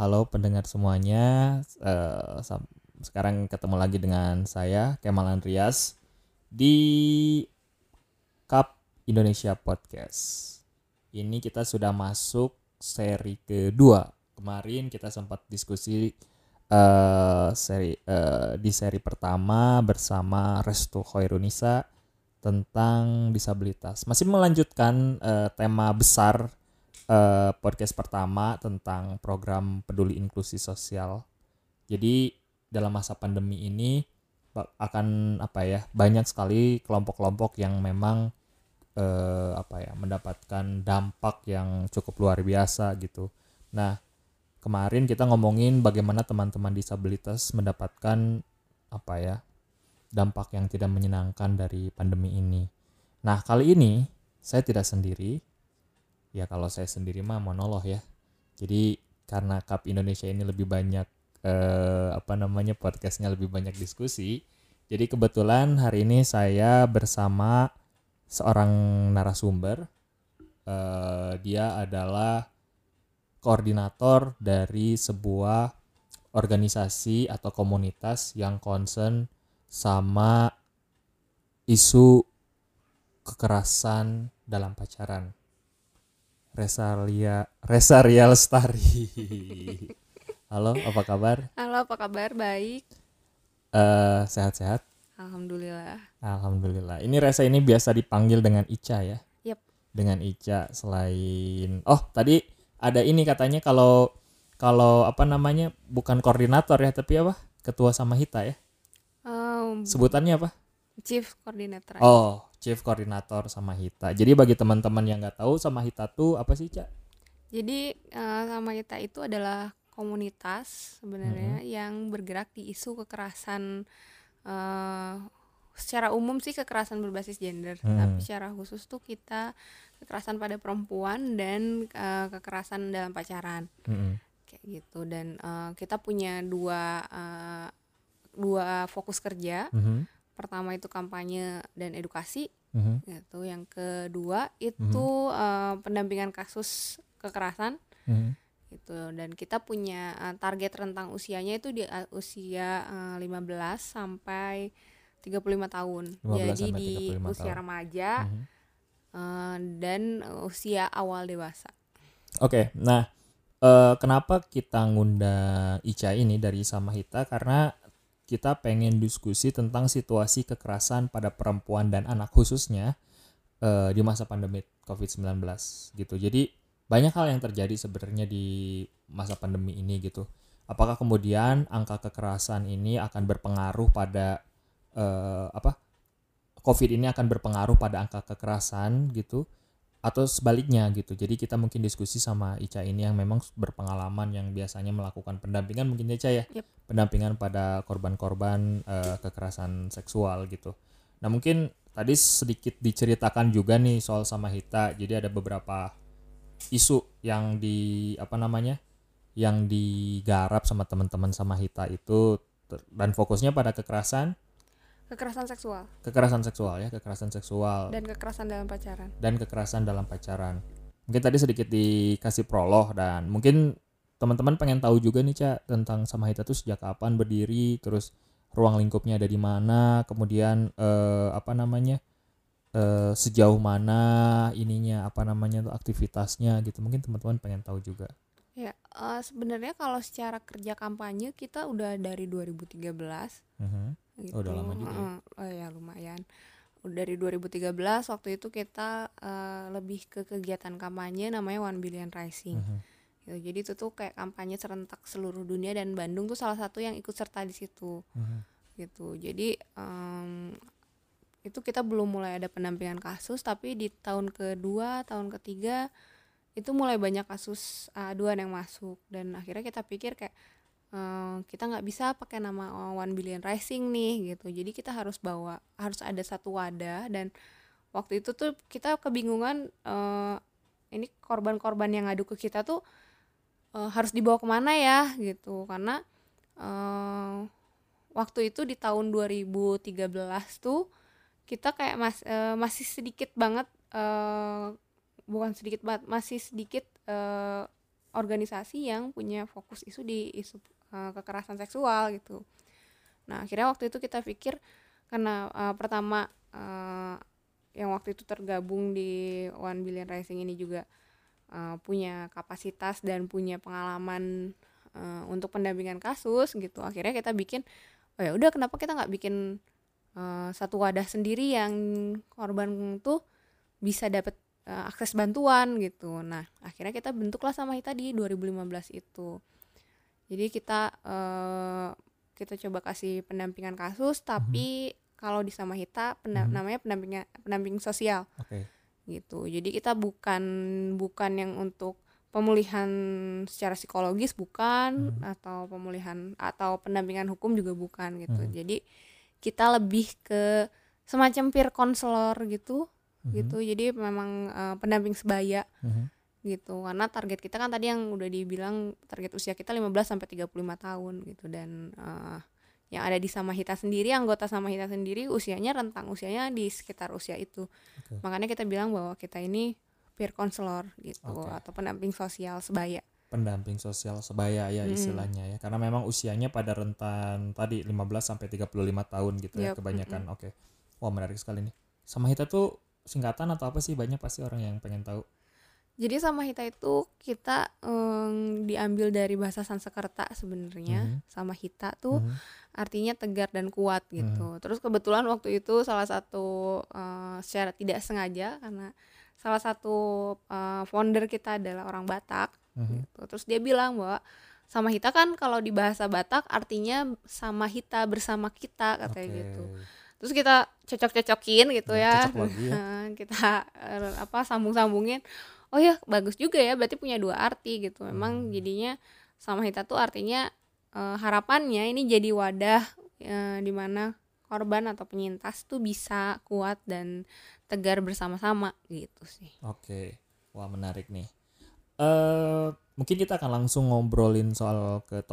halo pendengar semuanya. Sekarang ketemu lagi dengan saya Kemal Andreas di Cup Indonesia Podcast. Ini kita sudah masuk seri kedua. Kemarin kita sempat diskusi di seri pertama bersama Restu Khairunisa tentang disabilitas. Masih melanjutkan tema besar podcast pertama tentang program peduli inklusi sosial. Jadi dalam masa pandemi ini akan banyak sekali kelompok-kelompok yang memang mendapatkan dampak yang cukup luar biasa gitu. Nah, kemarin kita ngomongin bagaimana teman-teman disabilitas mendapatkan dampak yang tidak menyenangkan dari pandemi ini. Nah, kali ini saya tidak sendiri. Ya kalau saya sendiri mah monolog ya. Jadi karena Cup Indonesia ini lebih banyak podcastnya lebih banyak diskusi. Jadi kebetulan hari ini saya bersama seorang narasumber. Dia adalah koordinator dari sebuah organisasi atau komunitas yang concern sama isu kekerasan dalam pacaran. Resaria Lestari. Halo, apa kabar? Halo, apa kabar? Baik. Sehat-sehat? Alhamdulillah. Alhamdulillah. Ini Resa ini biasa dipanggil dengan Ica ya? Yap. Dengan Ica selain... Oh, tadi ada ini katanya kalau bukan koordinator ya, tapi apa? Ketua Samahita ya? Sebutannya apa? Chief Coordinator. Oh, Chief Koordinator Samahita. Jadi bagi teman-teman yang nggak tahu Samahita tuh apa sih, Cak? Jadi Samahita itu adalah komunitas sebenarnya yang bergerak di isu kekerasan secara umum sih kekerasan berbasis gender, tapi secara khusus tuh kita kekerasan pada perempuan dan kekerasan dalam pacaran. Kayak gitu. Dan kita punya dua fokus kerja. Pertama itu kampanye dan edukasi, gitu. Yang kedua itu pendampingan kasus kekerasan, gitu. Dan kita punya target rentang usianya itu di usia 15 sampai 35 tahun. Jadi di usia remaja dan usia awal dewasa. Oke, nah kenapa kita ngundang Ica ini dari Samahita? Karena kita pengen diskusi tentang situasi kekerasan pada perempuan dan anak khususnya di masa pandemi COVID-19 gitu. Jadi banyak hal yang terjadi sebenarnya di masa pandemi ini gitu. Apakah kemudian angka kekerasan ini akan berpengaruh pada COVID ini akan berpengaruh pada angka kekerasan gitu? Atau sebaliknya gitu. Jadi kita mungkin diskusi sama Ica ini yang memang berpengalaman yang biasanya melakukan pendampingan mungkin Ica ya. Yep. Pendampingan pada korban-korban kekerasan seksual gitu. Nah, mungkin tadi sedikit diceritakan juga nih soal Samahita. Jadi ada beberapa isu yang yang digarap sama teman-teman Samahita itu dan fokusnya pada kekerasan seksual ya, kekerasan seksual dan kekerasan dalam pacaran. Mungkin tadi sedikit dikasih prolog dan mungkin teman-teman pengen tahu juga nih Cak tentang Samahita itu sejak kapan berdiri, terus ruang lingkupnya ada di mana, kemudian sejauh mana ininya aktivitasnya gitu. Mungkin teman-teman pengen tahu juga. Ya, sebenarnya kalau secara kerja kampanye kita udah dari 2013. Gitu. Oh, udah lama juga ya. Oh ya, lumayan. Dari 2013 waktu itu kita lebih ke kegiatan kampanye namanya One Billion Rising. Gitu. Jadi itu tuh kayak kampanye serentak seluruh dunia dan Bandung tuh salah satu yang ikut serta di situ. Gitu. Jadi itu kita belum mulai ada pendampingan kasus, tapi di tahun kedua, tahun ketiga itu mulai banyak kasus aduan yang masuk dan akhirnya kita pikir kayak kita nggak bisa pakai nama One Billion Rising nih gitu. Jadi kita harus ada satu wadah dan waktu itu tuh kita kebingungan ini korban-korban yang ngadu ke kita tuh harus dibawa kemana ya gitu, karena waktu itu di tahun 2013 tuh kita kayak masih sedikit banget masih sedikit organisasi yang punya fokus isu di isu kekerasan seksual gitu. Nah akhirnya waktu itu kita pikir karena pertama yang waktu itu tergabung di One Billion Rising ini juga punya kapasitas dan punya pengalaman untuk pendampingan kasus gitu. Akhirnya kita bikin, oh ya udah kenapa kita nggak bikin satu wadah sendiri yang korban tuh bisa dapat akses bantuan gitu. Nah akhirnya kita bentuklah Sama Hita di 2015 itu. Jadi kita coba kasih pendampingan kasus, tapi kalau di Sama Hita namanya pendamping sosial. Gitu. Jadi kita bukan yang untuk pemulihan secara psikologis bukan, atau pemulihan atau pendampingan hukum juga bukan gitu. Jadi kita lebih ke semacam peer counselor gitu. Gitu. Jadi memang pendamping sebaya. Gitu. Karena target kita kan tadi yang udah dibilang target usia kita 15 sampai 35 tahun gitu, dan yang ada di Sama Hita sendiri, anggota Sama Hita sendiri rentang usianya di sekitar usia itu. Makanya kita bilang bahwa kita ini peer counselor gitu, atau pendamping sosial sebaya. Pendamping sosial sebaya ya istilahnya ya. Karena memang usianya pada rentan tadi 15 sampai 35 tahun gitu ya kebanyakan. Wah, menarik sekali nih. Sama Hita tuh singkatan atau apa sih? Banyak pasti orang yang pengen tahu. Jadi Sama Hita itu kita diambil dari bahasa Sanskerta sebenarnya. Sama Hita tuh artinya tegar dan kuat gitu. Terus kebetulan waktu itu salah satu secara tidak sengaja, karena salah satu founder kita adalah orang Batak gitu. Terus dia bilang bahwa Sama Hita kan kalau di bahasa Batak artinya sama hita, bersama kita katanya gitu. Terus kita cocok-cocokin gitu ya. Kita sambung-sambungin. Oh ya bagus juga ya, berarti punya dua arti gitu. Memang jadinya Sama Hita tuh artinya harapannya ini jadi wadah di mana korban atau penyintas tuh bisa kuat dan tegar bersama-sama gitu sih. Wah menarik nih. Mungkin kita akan langsung ngobrolin soal ke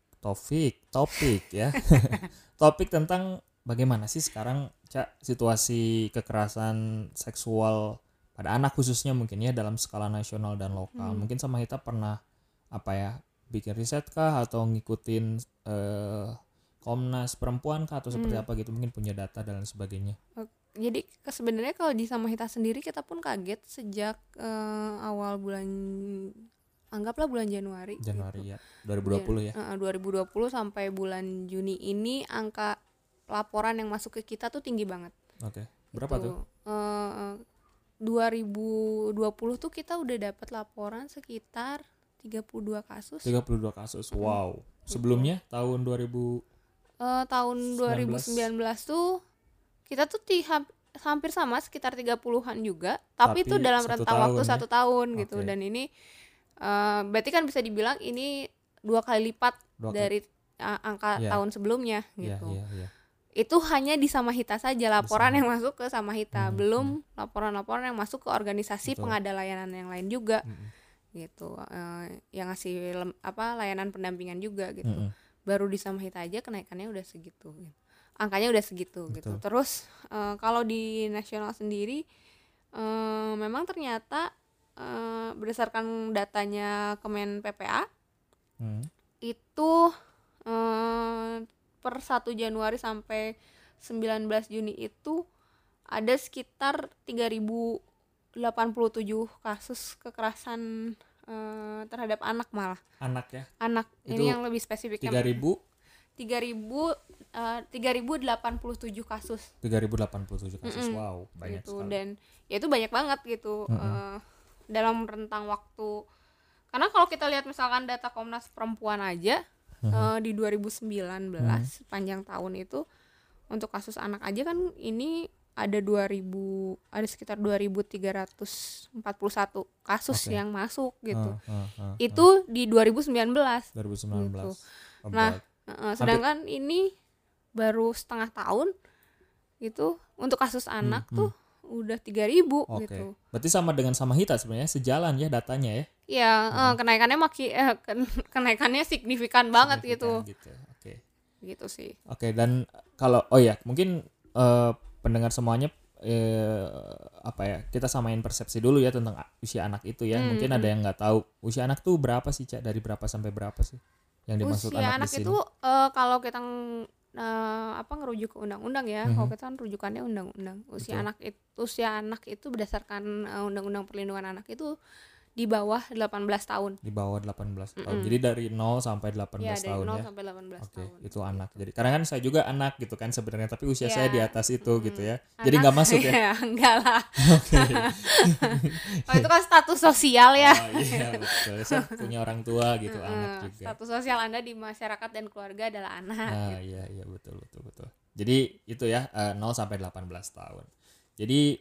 topik ya. Topik tentang bagaimana sih sekarang situasi kekerasan seksual pada anak khususnya mungkin ya dalam skala nasional dan lokal. Mungkin Sama Hita pernah bikin riset kah atau ngikutin Komnas Perempuan kah atau seperti apa gitu, mungkin punya data dan sebagainya. Jadi sebenarnya kalau di Sama Hita sendiri kita pun kaget sejak awal anggaplah bulan Januari gitu. Ya 2020 ya. 2020 sampai bulan Juni ini angka laporan yang masuk ke kita tuh tinggi banget. Berapa tuh? 2020 tuh kita udah dapat laporan sekitar 32 kasus. Wow. Sebelumnya tahun 2019 tuh kita tuh hampir sama sekitar 30-an juga, tapi itu dalam rentang waktu 1 tahun gitu. Dan ini berarti kan bisa dibilang ini 2 kali lipat dari angka tahun sebelumnya gitu. Itu hanya di Sama Hita saja laporan yang masuk ke Sama Hita, belum laporan-laporan yang masuk ke organisasi pengada layanan yang lain juga gitu, yang ngasih layanan pendampingan juga gitu. Baru di Sama Hita aja kenaikannya udah segitu gitu. Angkanya udah segitu gitu. Terus kalau di nasional sendiri memang ternyata berdasarkan datanya Kemen PPA itu per 1 Januari sampai 19 Juni itu ada sekitar 3.087 kasus kekerasan terhadap anak malah. Anak ya? Anak. Ini yang lebih spesifiknya. 3.087 kasus. 3.087 kasus. Wow, banyak gitu. sekali. Dan ya itu banyak banget gitu dalam rentang waktu. Karena kalau kita lihat misalkan data Komnas Perempuan aja di 2019 panjang tahun itu untuk kasus anak aja kan ini ada sekitar 2.341 kasus yang masuk gitu. Itu di 2019. Gitu. Nah, sedangkan ini baru setengah tahun gitu untuk kasus anak tuh udah 3.000 gitu. Berarti sama dengan Sama Hita sebenarnya, sejalan ya datanya ya. Ya, kenaikannya signifikan banget gitu. Gitu sih. Dan kalau mungkin pendengar semuanya apa ya, kita samain persepsi dulu ya tentang usia anak itu ya. Mungkin ada yang nggak tahu usia anak tuh berapa sih, Cak? Dari berapa sampai berapa sih yang dimaksud Usia anak anak di sini? itu kalau kita ngerujuk ke undang-undang ya. Kalau kita kan rujukannya undang-undang. Usia anak itu berdasarkan undang-undang perlindungan anak itu di bawah 18 tahun. Di bawah 18 tahun. Jadi dari 0 sampai 18 Ya, dari tahun 0 ya. sampai 18 Oke, tahun. itu anak. Jadi karena kan saya juga anak gitu kan sebenarnya, tapi usia saya di atas itu gitu ya. Jadi Anak, nggak masuk ya. enggak lah. Oke. Oh, itu kan status sosial ya. Oh, iya betul. Saya punya orang tua gitu, anak juga. Status sosial Anda di masyarakat dan keluarga adalah anak. Nah, iya betul. Jadi itu ya 0 sampai 18 tahun. Jadi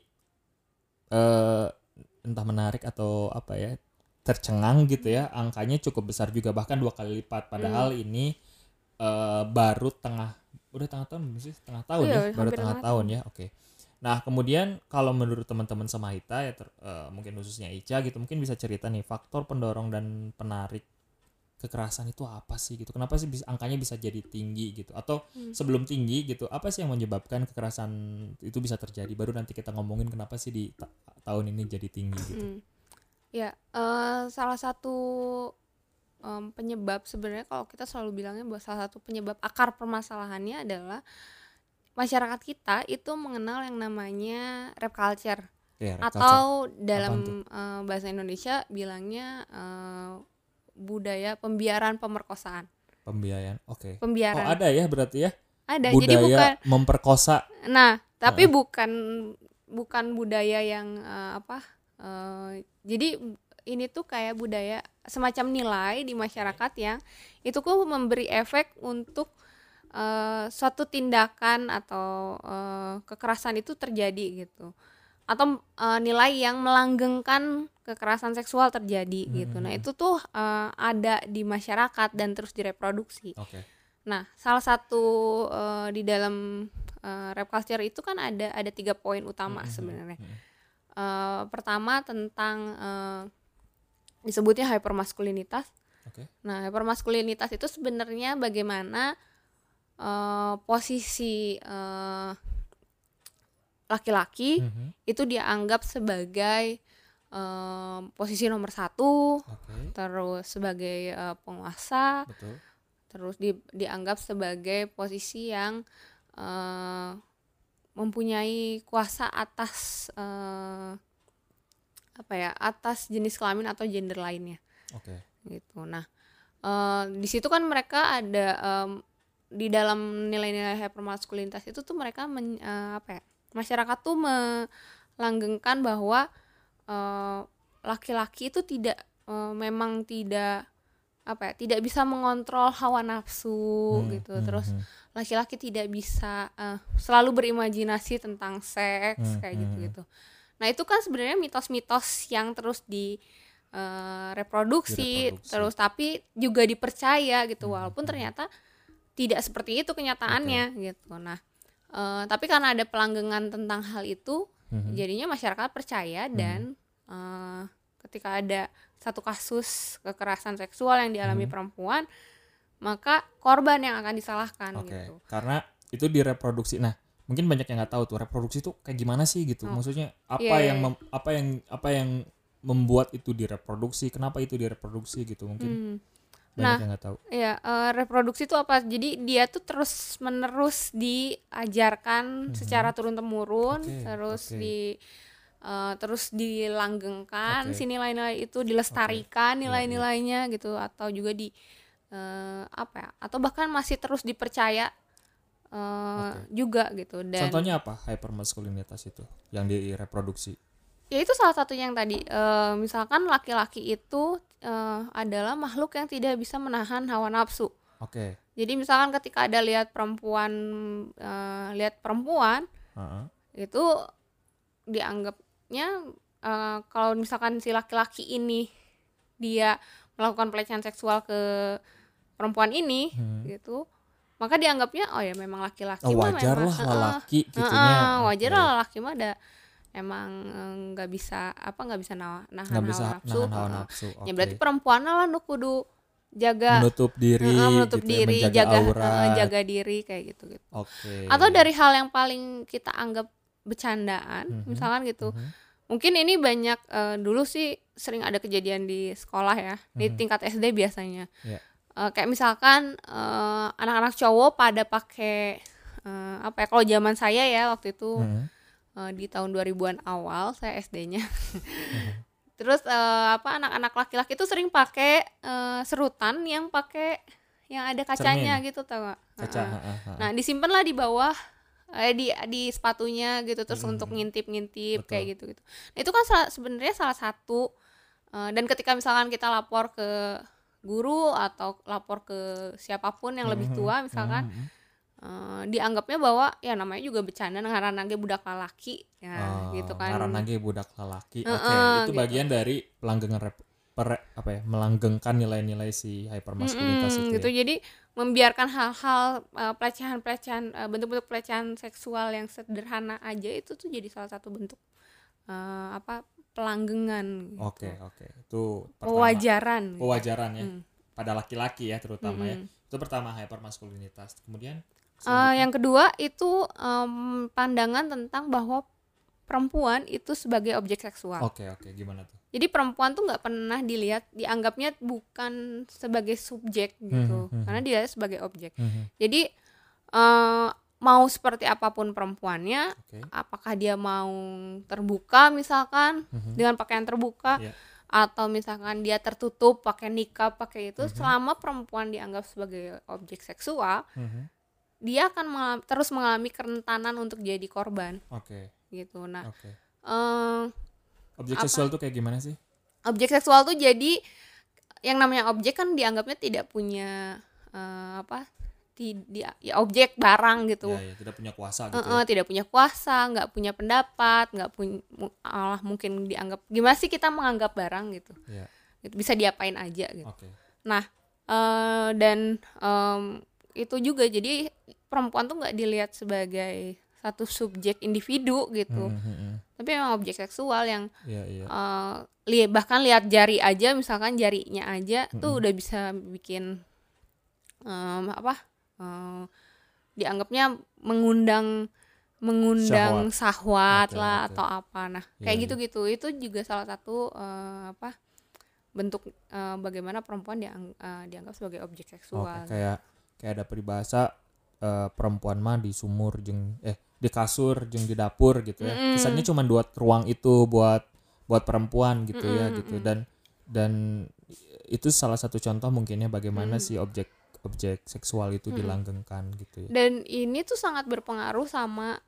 entah menarik atau apa ya, tercengang gitu ya, angkanya cukup besar juga, bahkan 2 kali lipat. Padahal ini baru udah tengah tahun belum sih? Tengah tahun Iya, ya, baru hampir tengah tengah tahun ya. Oke. Nah, kemudian kalau menurut teman-teman Samahita ya, mungkin khususnya Ica gitu, mungkin bisa cerita nih faktor pendorong dan penarik kekerasan itu apa sih gitu. Kenapa sih angkanya bisa jadi tinggi gitu? Atau sebelum tinggi gitu, apa sih yang menyebabkan kekerasan itu bisa terjadi? Baru nanti kita ngomongin kenapa sih di tahun ini jadi tinggi gitu. Ya, salah satu penyebab sebenarnya, kalau kita selalu bilangnya bahwa salah satu penyebab akar permasalahannya adalah masyarakat kita itu mengenal yang namanya rap culture. Ya, rap Atau culture. dalam bahasa Indonesia bilangnya budaya pembiaran pemerkosaan. Pembiaran, oke. Pembiaran. Oh, ada ya berarti ya? Ada. Budaya Jadi bukan memperkosa. Nah, tapi bukan budaya yang jadi ini tuh kayak budaya semacam nilai di masyarakat yang itu kok memberi efek untuk suatu tindakan atau kekerasan itu terjadi gitu, atau nilai yang melanggengkan kekerasan seksual terjadi gitu. Nah, itu tuh ada di masyarakat dan terus direproduksi. Oke. Nah, salah satu di dalam rap culture itu kan ada 3 poin utama sebenarnya. Pertama tentang disebutnya hypermaskulinitas. Okay. Nah, hypermaskulinitas itu sebenarnya bagaimana posisi laki-laki itu dianggap sebagai posisi nomor 1, terus sebagai penguasa. Betul. Terus dianggap sebagai posisi yang mempunyai kuasa atas atas jenis kelamin atau gender lainnya. Gitu. Nah, di situ kan mereka ada di dalam nilai-nilai hypermaskulinitas itu tuh mereka masyarakat tuh melanggengkan bahwa laki-laki itu memang tidak bisa mengontrol hawa nafsu gitu. Terus laki-laki tidak bisa selalu berimajinasi tentang seks kayak gitu. Nah, itu kan sebenarnya mitos-mitos yang terus direproduksi terus, tapi juga dipercaya gitu, walaupun ternyata tidak seperti itu kenyataannya gitu. Nah, tapi karena ada pelanggengan tentang hal itu, jadinya masyarakat percaya dan ketika ada satu kasus kekerasan seksual yang dialami perempuan, maka korban yang akan disalahkan gitu. Karena itu direproduksi. Nah, mungkin banyak yang nggak tahu tuh reproduksi itu kayak gimana sih gitu. Maksudnya apa yang membuat itu direproduksi? Kenapa itu direproduksi gitu? Mungkin banyak yang nggak tahu. Iya, reproduksi itu apa? Jadi dia tuh terus menerus diajarkan secara turun temurun, terus dilanggengkan, si nilai-nilai itu dilestarikan nilai-nilainya gitu, atau juga atau bahkan masih terus dipercaya juga gitu. Dan contohnya apa hypermaskulinitas itu yang direproduksi? Ya itu salah satunya yang tadi, misalkan laki-laki itu adalah makhluk yang tidak bisa menahan hawa nafsu. Jadi misalkan ketika ada lihat perempuan itu dianggapnya kalau misalkan si laki-laki ini dia melakukan pelecehan seksual ke perempuan ini gitu, maka dianggapnya oh ya memang laki-laki wajar mah lah laki gitunya. Wajar lah laki mah ada emang nggak bisa nahan hawa nafsu. Ya berarti perempuan lah nu kudu menutup diri, jaga aura, jaga diri kayak gitu. Atau dari hal yang paling kita anggap bercandaan, misalkan gitu. Mungkin ini banyak dulu sih sering ada kejadian di sekolah ya, di tingkat SD biasanya. Yeah. Kayak misalkan anak-anak cowok pada pakai apa ya, kalau zaman saya ya waktu itu di tahun 2000-an awal saya SD-nya. Terus apa, anak-anak laki-laki itu sering pakai serutan yang ada kacanya Cermin. gitu, tau gak? Kaca. Nah, disimpanlah di bawah di sepatunya gitu, terus untuk ngintip-ngintip Betul. kayak gitu. Nah, itu kan sebenarnya salah satu dan ketika misalkan kita lapor ke guru atau lapor ke siapapun yang lebih tua misalkan, dianggapnya bahwa ya namanya juga bercanda, ngaranage budak lalaki ya gitu kan. Ngaranage budak lalaki. Oke, itu gitu. bagian dari melanggengkan nilai-nilai si hypermaskulinitas itu gitu. ya. Jadi membiarkan hal-hal pelecehan bentuk-bentuk pelecehan seksual yang sederhana aja itu tuh jadi salah satu bentuk pelanggengan gitu. Oke. Itu pertama, pewajaran ya. Pada laki-laki ya terutama ya. Itu pertama, hypermaskulinitas. Kemudian yang kedua itu pandangan tentang bahwa perempuan itu sebagai objek seksual. Oke, gimana tuh? Jadi perempuan tuh nggak pernah dianggapnya bukan sebagai subjek gitu, karena dia sebagai objek. Jadi mau seperti apapun perempuannya, apakah dia mau terbuka misalkan dengan pakaian terbuka, atau misalkan dia tertutup pakai nikab pakai itu, selama perempuan dianggap sebagai objek seksual, dia akan terus mengalami kerentanan untuk jadi korban. Gitu. Nah, objek seksual tuh kayak gimana sih? Objek seksual tuh jadi yang namanya objek kan dianggapnya tidak punya objek barang gitu. Ya, tidak punya kuasa gitu. Tidak punya kuasa, nggak punya pendapat, nggak punya mungkin dianggap gimana sih kita menganggap barang gitu. Gitu, bisa diapain aja gitu. Nah, dan itu juga jadi perempuan tuh nggak dilihat sebagai satu subjek individu gitu, tapi memang objek seksual yang bahkan lihat jari aja, misalkan jarinya aja tuh udah bisa bikin dianggapnya mengundang syahwat lah atau apa. Nah, kayak gitu itu juga salah satu bentuk bagaimana perempuan dianggap sebagai objek seksual. Kayak ada peribahasa perempuan mah di sumur di kasur jeung di dapur gitu ya. Kesannya cuma 2 ruang itu buat perempuan gitu ya gitu, dan itu salah satu contoh mungkinnya bagaimana si objek seksual itu dilanggengkan gitu ya. Dan ini tuh sangat berpengaruh sama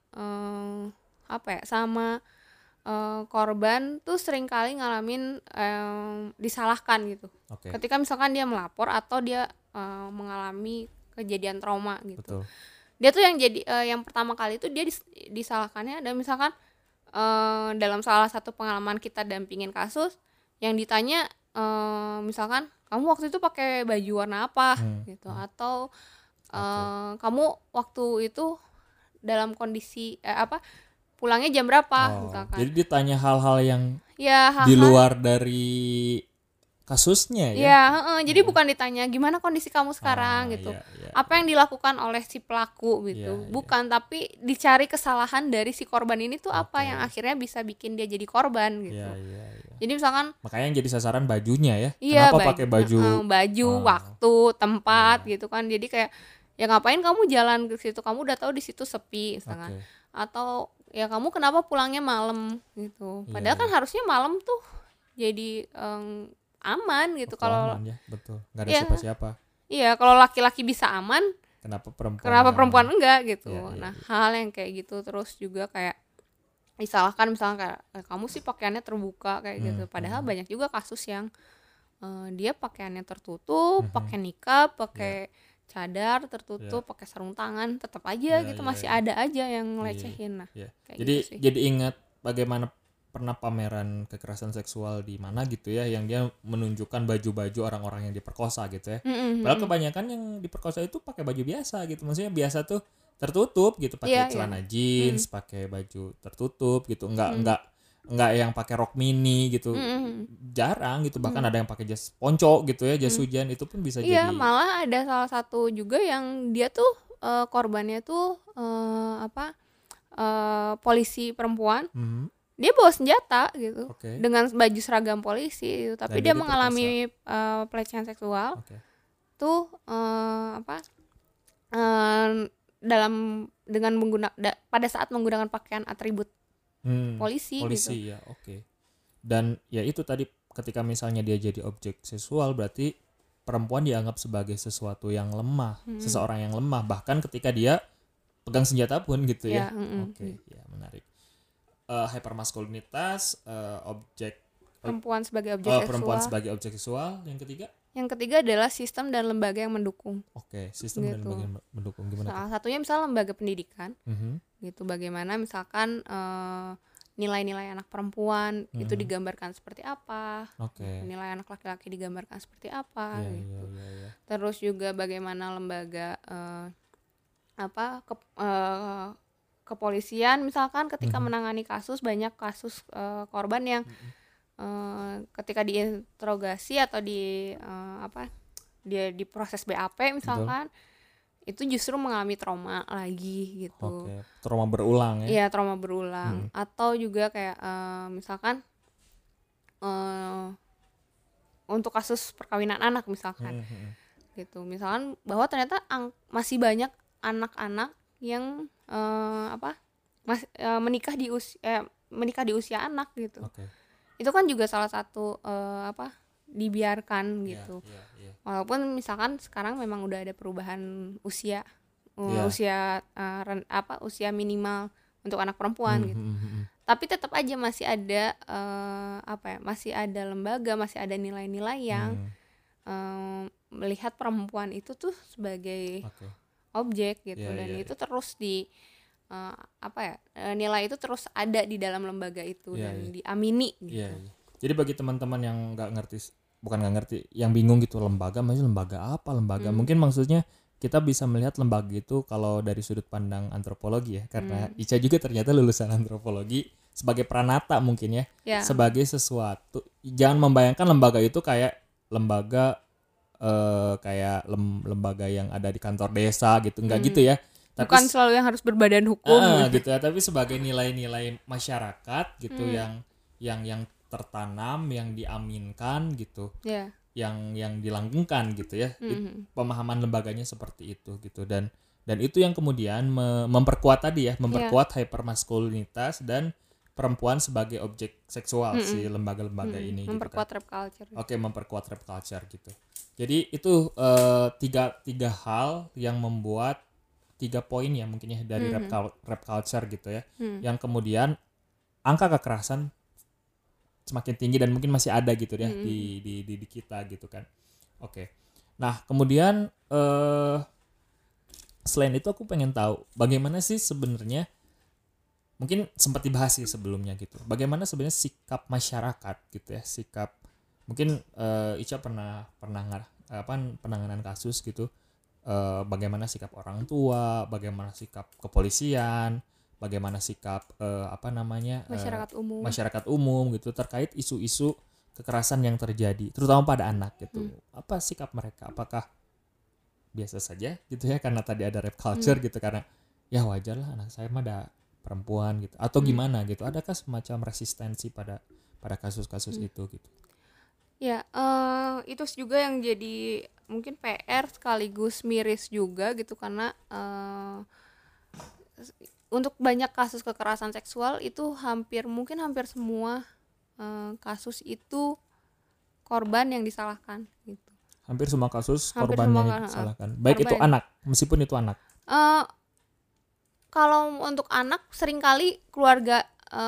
sama korban tuh seringkali ngalamin disalahkan gitu. Ketika misalkan dia melapor atau dia mengalami kejadian trauma gitu. Betul. Dia tuh yang jadi yang pertama kali itu dia disalahkannya, dan misalkan dalam salah satu pengalaman kita dampingin kasus yang ditanya misalkan kamu waktu itu pakai baju warna apa gitu, atau kamu waktu itu dalam kondisi pulangnya jam berapa misalkan. Jadi ditanya hal-hal yang hal-hal di luar dari kasusnya ya. Jadi bukan ditanya gimana kondisi kamu sekarang gitu. Apa yang dilakukan oleh si pelaku gitu. Bukan, tapi dicari kesalahan dari si korban ini tuh apa yang akhirnya bisa bikin dia jadi korban gitu. Jadi misalkan makanya yang jadi sasaran bajunya ya. Kenapa pakai baju waktu, tempat gitu kan. Jadi kayak ya ngapain kamu jalan ke situ, kamu udah tahu di situ sepi misalkan. Atau ya kamu kenapa pulangnya malam gitu. Padahal kan harusnya malam tuh jadi aman gitu. Kalau aman ya, betul, nggak ada siapa-siapa. Iya, kalau laki-laki bisa aman, kenapa perempuan enggak gitu. Hal yang kayak gitu. Terus juga kayak disalahkan misalnya kayak kamu sih pakaiannya terbuka kayak gitu. Padahal banyak juga kasus yang dia pakaiannya tertutup, pakai nikab, pakai cadar tertutup, pakai sarung tangan, tetap aja gitu masih ada aja yang ngelecehin. Nah, jadi gitu sih. Jadi ingat bagaimana pernah pameran kekerasan seksual di mana gitu ya, yang dia menunjukkan baju-baju orang-orang yang diperkosa gitu ya. Padahal kebanyakan yang diperkosa itu pakai baju biasa gitu, maksudnya biasa tuh tertutup gitu, pakai celana jeans, pakai baju tertutup gitu, enggak yang pakai rok mini gitu, jarang gitu. Bahkan ada yang pakai jas ponco gitu ya, jas hujan, itu pun bisa jadi. Malah ada salah satu juga yang dia tuh korbannya tuh polisi perempuan, Mhm. dia bawa senjata gitu, Oke. dengan baju seragam polisi gitu, tapi Dan dia dia mengalami pelecehan seksual Oke. tuh dalam dengan pada saat menggunakan pakaian atribut polisi gitu. Polisi ya, oke. Dan ya itu tadi, ketika misalnya dia jadi objek seksual, berarti perempuan dianggap sebagai sesuatu yang lemah, seseorang yang lemah, bahkan ketika dia pegang senjata pun gitu ya. Oke, ya menarik. Hypermaskulinitas, Perempuan sebagai objek seksual. perempuan sebagai objek seksual. Yang ketiga adalah sistem dan lembaga yang mendukung. Oke, sistem dan Gitu. lembaga yang mendukung gimana tuh? Salah satunya misalnya lembaga pendidikan. Gitu, bagaimana misalkan nilai-nilai anak perempuan itu digambarkan seperti apa, Oke. nilai anak laki-laki digambarkan seperti apa, Iya, gitu. iya. Terus juga bagaimana lembaga kepolisian misalkan ketika menangani kasus, banyak kasus korban yang ketika diinterogasi atau dia diproses BAP misalkan, itu justru mengalami trauma lagi gitu. Oke, trauma berulang ya. Iya, trauma berulang. Atau juga kayak misalkan untuk kasus perkawinan anak misalkan. Gitu. Misalkan bahwa ternyata masih banyak anak-anak yang menikah di usia anak gitu. Oke. Itu kan juga salah satu dibiarkan gitu. Iya. Walaupun misalkan sekarang memang udah ada perubahan usia usia minimal untuk anak perempuan gitu. Tapi tetap aja masih ada masih ada lembaga, masih ada nilai-nilai yang melihat perempuan itu tuh sebagai objek gitu. Dan itu terus nilai itu terus ada di dalam lembaga itu dan diamini gitu. Iya. Jadi bagi teman-teman yang bukan nggak ngerti, yang bingung gitu, maksudnya lembaga apa? Mungkin maksudnya kita bisa melihat lembaga itu kalau dari sudut pandang antropologi ya, karena Ica juga ternyata lulusan antropologi, sebagai pranata mungkin ya. Sebagai sesuatu, jangan membayangkan lembaga itu kayak lembaga lembaga yang ada di kantor desa gitu, enggak gitu ya. Tapi bukan selalu yang harus berbadan hukum gitu ya, tapi sebagai nilai-nilai masyarakat gitu yang tertanam, yang diaminkan gitu, yang dilanggengkan gitu ya. Pemahaman lembaganya seperti itu gitu, dan itu yang kemudian memperkuat tadi ya, memperkuat hypermaskulinitas dan perempuan sebagai objek seksual si lembaga-lembaga ini memperkuat gitu kan. rap culture. Oke, memperkuat rap culture gitu. Jadi itu tiga hal yang membuat 3 poin ya mungkin ya dari rap culture gitu ya. Yang kemudian angka kekerasan semakin tinggi dan mungkin masih ada gitu ya di kita gitu kan. Oke. Nah, kemudian selain itu aku pengen tahu bagaimana sih sebenarnya, mungkin sempat dibahas sih sebelumnya gitu. Bagaimana sebenarnya sikap masyarakat gitu ya, sikap mungkin Ica pernah penanganan kasus gitu. Bagaimana sikap orang tua, bagaimana sikap kepolisian, bagaimana sikap masyarakat umum gitu terkait isu-isu kekerasan yang terjadi terutama pada anak gitu. Apa sikap mereka? Apakah biasa saja gitu ya karena tadi ada rap culture gitu, karena ya wajar lah anak saya mah ada perempuan gitu, atau gimana gitu? Adakah semacam resistensi pada kasus-kasus itu gitu? Ya, itu juga yang jadi mungkin PR sekaligus miris juga gitu, karena untuk banyak kasus kekerasan seksual itu hampir semua kasus itu korban yang disalahkan gitu. Hampir semua kasus korban yang disalahkan. Baik itu anak, meskipun itu anak. Kalau untuk anak seringkali keluarga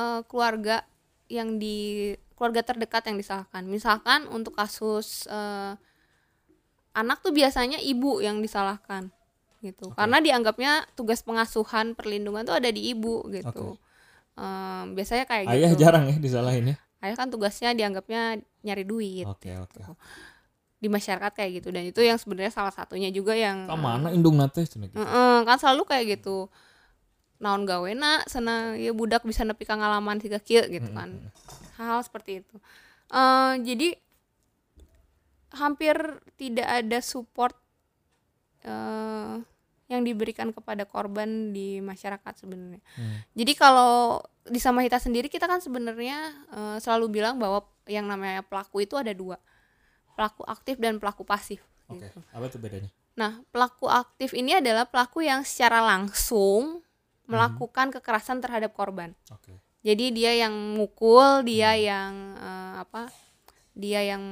terdekat yang disalahkan. Misalkan untuk kasus anak tuh biasanya ibu yang disalahkan gitu. Karena dianggapnya tugas pengasuhan perlindungan tuh ada di ibu gitu. Biasanya kayak Ayah gitu. jarang ya disalahin ya. Ayah kan tugasnya dianggapnya nyari duit. Oke. Di masyarakat kayak gitu, dan itu yang sebenarnya salah satunya juga yang mana indung nate gitu. Kan selalu kayak gitu. Naon gawena sana ya budak bisa nepi ka ngalaman siga kieu gitu kan. Hal-hal seperti itu. Jadi hampir tidak ada support yang diberikan kepada korban di masyarakat sebenarnya. Jadi kalau di Samahita sendiri kita kan sebenarnya selalu bilang bahwa yang namanya pelaku itu ada 2, pelaku aktif dan pelaku pasif. Oke. Gitu. Apa tuh bedanya? Nah, pelaku aktif ini adalah pelaku yang secara langsung melakukan kekerasan terhadap korban. Oke. Jadi dia yang mukul, dia yang dia yang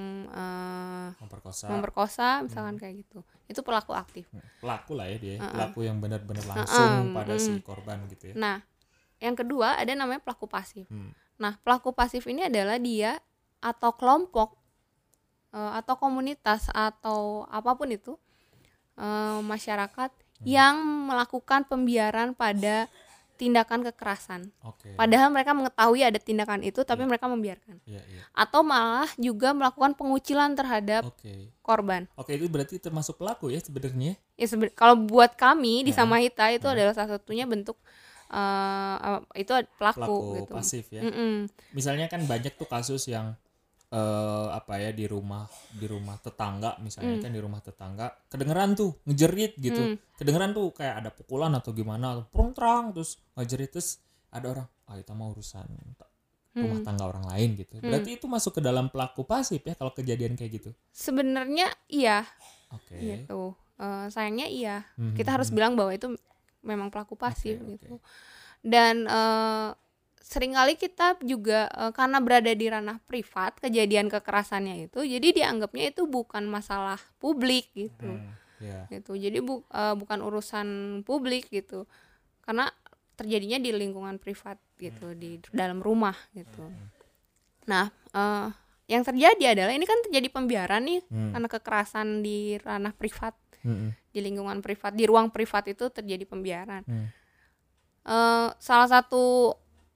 memperkosa misalkan kayak gitu. Itu pelaku aktif. Pelaku lah ya dia. Pelaku yang benar-benar langsung pada si korban gitu ya. Nah, yang kedua ada namanya pelaku pasif. Nah, pelaku pasif ini adalah dia atau kelompok atau komunitas atau apapun itu masyarakat yang melakukan pembiaran pada tindakan kekerasan. Padahal mereka mengetahui ada tindakan itu tapi mereka membiarkan. Atau malah juga melakukan pengucilan terhadap korban. Itu berarti termasuk pelaku ya sebenarnya. Ya kalau buat kami di Samahita itu adalah salah satunya bentuk itu pelaku gitu. Pasif ya. Misalnya kan banyak tuh kasus yang di rumah tetangga misalnya kan di rumah tetangga kedengeran tuh ngejerit gitu. Kedengeran tuh kayak ada pukulan atau gimana, terang terus ngejerit, terus ada orang itu mah urusan rumah tangga orang lain gitu. Berarti itu masuk ke dalam pelaku pasif ya kalau kejadian kayak gitu. Sebenarnya iya. Gitu. Sayangnya iya. Kita harus bilang bahwa itu memang pelaku pasif gitu. Dan seringkali kita juga karena berada di ranah privat kejadian kekerasannya itu, jadi dianggapnya itu bukan masalah publik gitu. Gitu. Jadi bukan urusan publik gitu. Karena terjadinya di lingkungan privat gitu, di dalam rumah gitu. Nah, yang terjadi adalah ini kan terjadi pembiaran nih karena kekerasan di ranah privat. Di lingkungan privat, di ruang privat itu terjadi pembiaran. Salah satu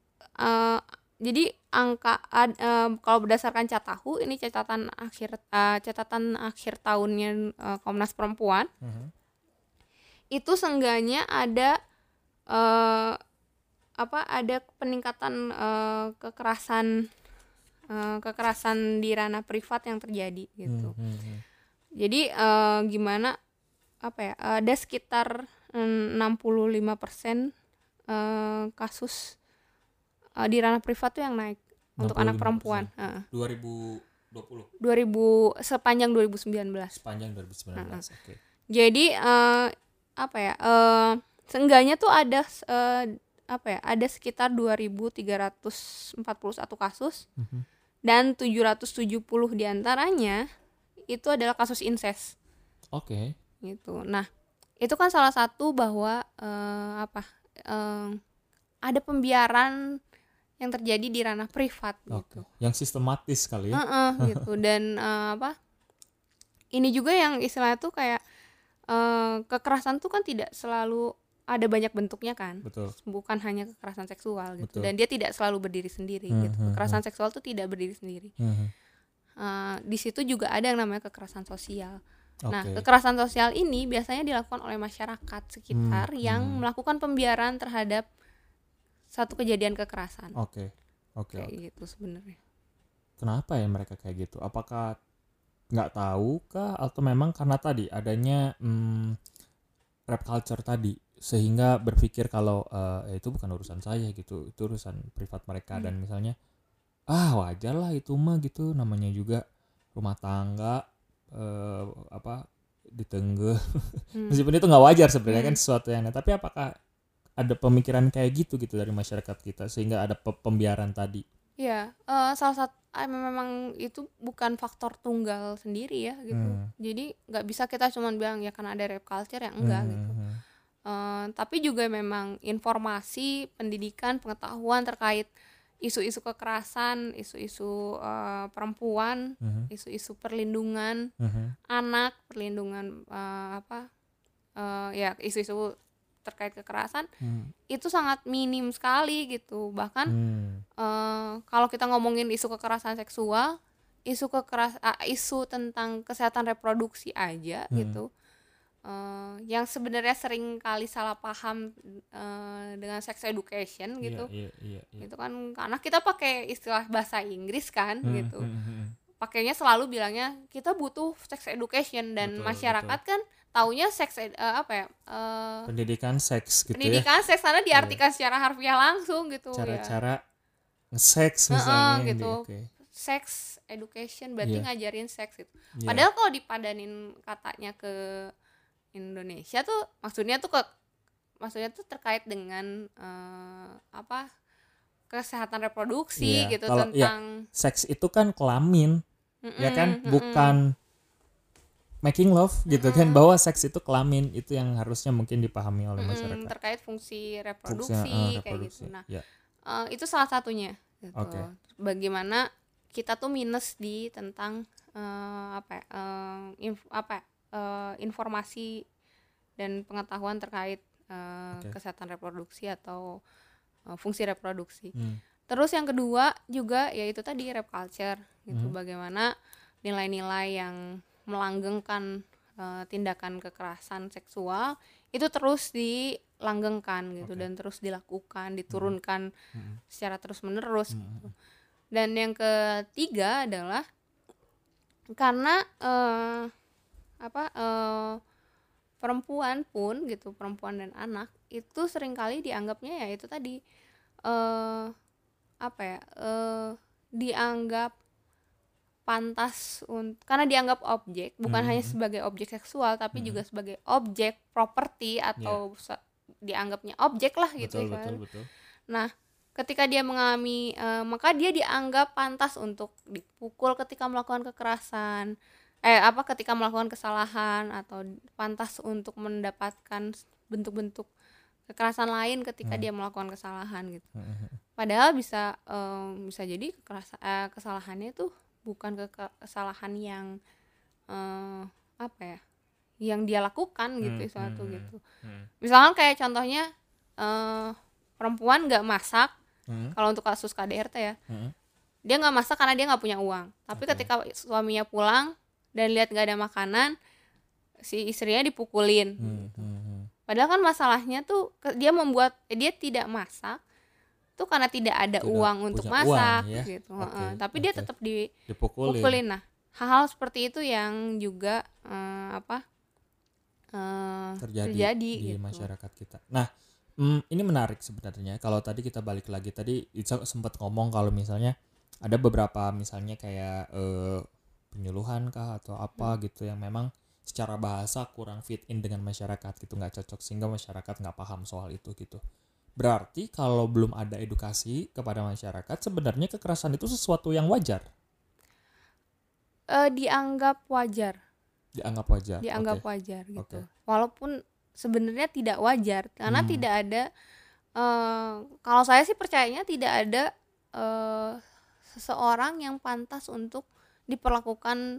jadi angka kalau berdasarkan Catahu, ini catatan akhir tahunnya Komnas Perempuan, itu seenggaknya ada ada peningkatan kekerasan di ranah privat yang terjadi gitu. Jadi gimana ada sekitar 65% kasus di ranah privat tuh yang naik untuk anak perempuan. 2020 sepanjang 2019. Oke. Jadi seenggaknya tuh ada ada sekitar 2.341 kasus dan 770 diantaranya itu adalah kasus incest. Gitu. Nah, itu kan salah satu bahwa ada pembiaran yang terjadi di ranah privat gitu. Yang sistematis kali ya. Gitu. Dan ini juga yang istilahnya tuh kayak kekerasan tuh kan tidak selalu ada banyak bentuknya kan. Betul. Bukan hanya kekerasan seksual gitu. Betul. Dan dia tidak selalu berdiri sendiri gitu. Kekerasan seksual tuh tidak berdiri sendiri. Di situ juga ada yang namanya kekerasan sosial. Nah, kekerasan sosial ini biasanya dilakukan oleh masyarakat sekitar yang melakukan pembiaran terhadap satu kejadian kekerasan. Kayak gitu sebenarnya. Kenapa ya mereka kayak gitu? Apakah nggak tahu kah atau memang karena tadi adanya rap culture tadi sehingga berpikir kalau itu bukan urusan saya gitu, itu urusan privat mereka dan misalnya wajar lah itu mah gitu, namanya juga rumah tangga ditenggeh. Meskipun itu nggak wajar sebenarnya kan sesuatu yang tapi apakah ada pemikiran kayak gitu dari masyarakat kita sehingga ada pembiaran tadi? Iya, salah satu memang itu bukan faktor tunggal sendiri ya gitu. Jadi nggak bisa kita cuma bilang ya karena ada rap culture yang enggak gitu. Tapi juga memang informasi, pendidikan, pengetahuan terkait isu-isu kekerasan, isu-isu perempuan, isu-isu perlindungan anak, perlindungan isu-isu terkait kekerasan itu sangat minim sekali gitu. Bahkan kalau kita ngomongin isu kekerasan seksual, isu tentang kesehatan reproduksi aja gitu, yang sebenarnya sering kali salah paham dengan sex education gitu. Itu kan karena kita pakai istilah bahasa Inggris kan gitu. Pakainya selalu bilangnya kita butuh sex education dan betul. Kan taunya seks pendidikan seks gitu ya. pendidikan seks karena diartikan secara harfiah langsung gitu ya. Cara-cara nge-seks Heeh, misalnya yang gitu. oke. Sex education berarti Iya. ngajarin seks gitu. Iya. Padahal kalau dipadanin katanya ke Indonesia tuh maksudnya tuh terkait dengan kesehatan reproduksi Iya, gitu kalau tentang seks itu kan kelamin, ya kan, bukan making love gitu kan, bahwa seks itu kelamin, itu yang harusnya mungkin dipahami oleh masyarakat. terkait fungsi Fungsi, reproduksi kayak reproduksi. gitu. Nah, Ya. itu salah satunya gitu. Oke. Bagaimana kita tuh minus di tentang informasi dan pengetahuan terkait kesehatan reproduksi atau fungsi reproduksi. Terus yang kedua juga yaitu tadi rape culture gitu. Bagaimana nilai-nilai yang melanggengkan tindakan kekerasan seksual itu terus dilanggengkan gitu dan terus dilakukan, diturunkan secara terus-menerus gitu. Dan yang ketiga adalah karena perempuan pun gitu, perempuan dan anak itu seringkali dianggapnya ya itu tadi dianggap pantas karena dianggap objek, bukan hanya sebagai objek seksual tapi juga sebagai objek properti atau dianggapnya objek lah gitu. Betul. Nah, ketika dia mengalami maka dia dianggap pantas untuk dipukul ketika melakukan kekerasan, ketika melakukan kesalahan, atau pantas untuk mendapatkan bentuk-bentuk kekerasan lain ketika dia melakukan kesalahan gitu. Padahal bisa jadi kesalahannya itu bukan kesalahan yang yang dia lakukan gitu suatu gitu. Misalkan kayak contohnya perempuan nggak masak, kalau untuk kasus KDRT ya, dia nggak masak karena dia nggak punya uang. Tapi ketika suaminya pulang dan lihat nggak ada makanan, si istrinya dipukulin. Padahal kan masalahnya tuh dia tidak masak tuh karena tidak ada uang untuk masak gitu. Tapi dia tetap dipukulin. Nah, hal-hal seperti itu yang juga terjadi di gitu. masyarakat kita. Nah, ini menarik sebenarnya. Kalau tadi kita balik lagi, tadi sempat ngomong kalau misalnya ada beberapa misalnya kayak penyuluhan kah atau apa gitu yang memang secara bahasa kurang fit in dengan masyarakat gitu, nggak cocok sehingga masyarakat nggak paham soal itu gitu. Berarti kalau belum ada edukasi kepada masyarakat, sebenarnya kekerasan itu sesuatu yang wajar. Dianggap wajar gitu. Walaupun sebenarnya tidak wajar karena tidak ada kalau saya sih percayanya tidak ada seseorang yang pantas untuk diperlakukan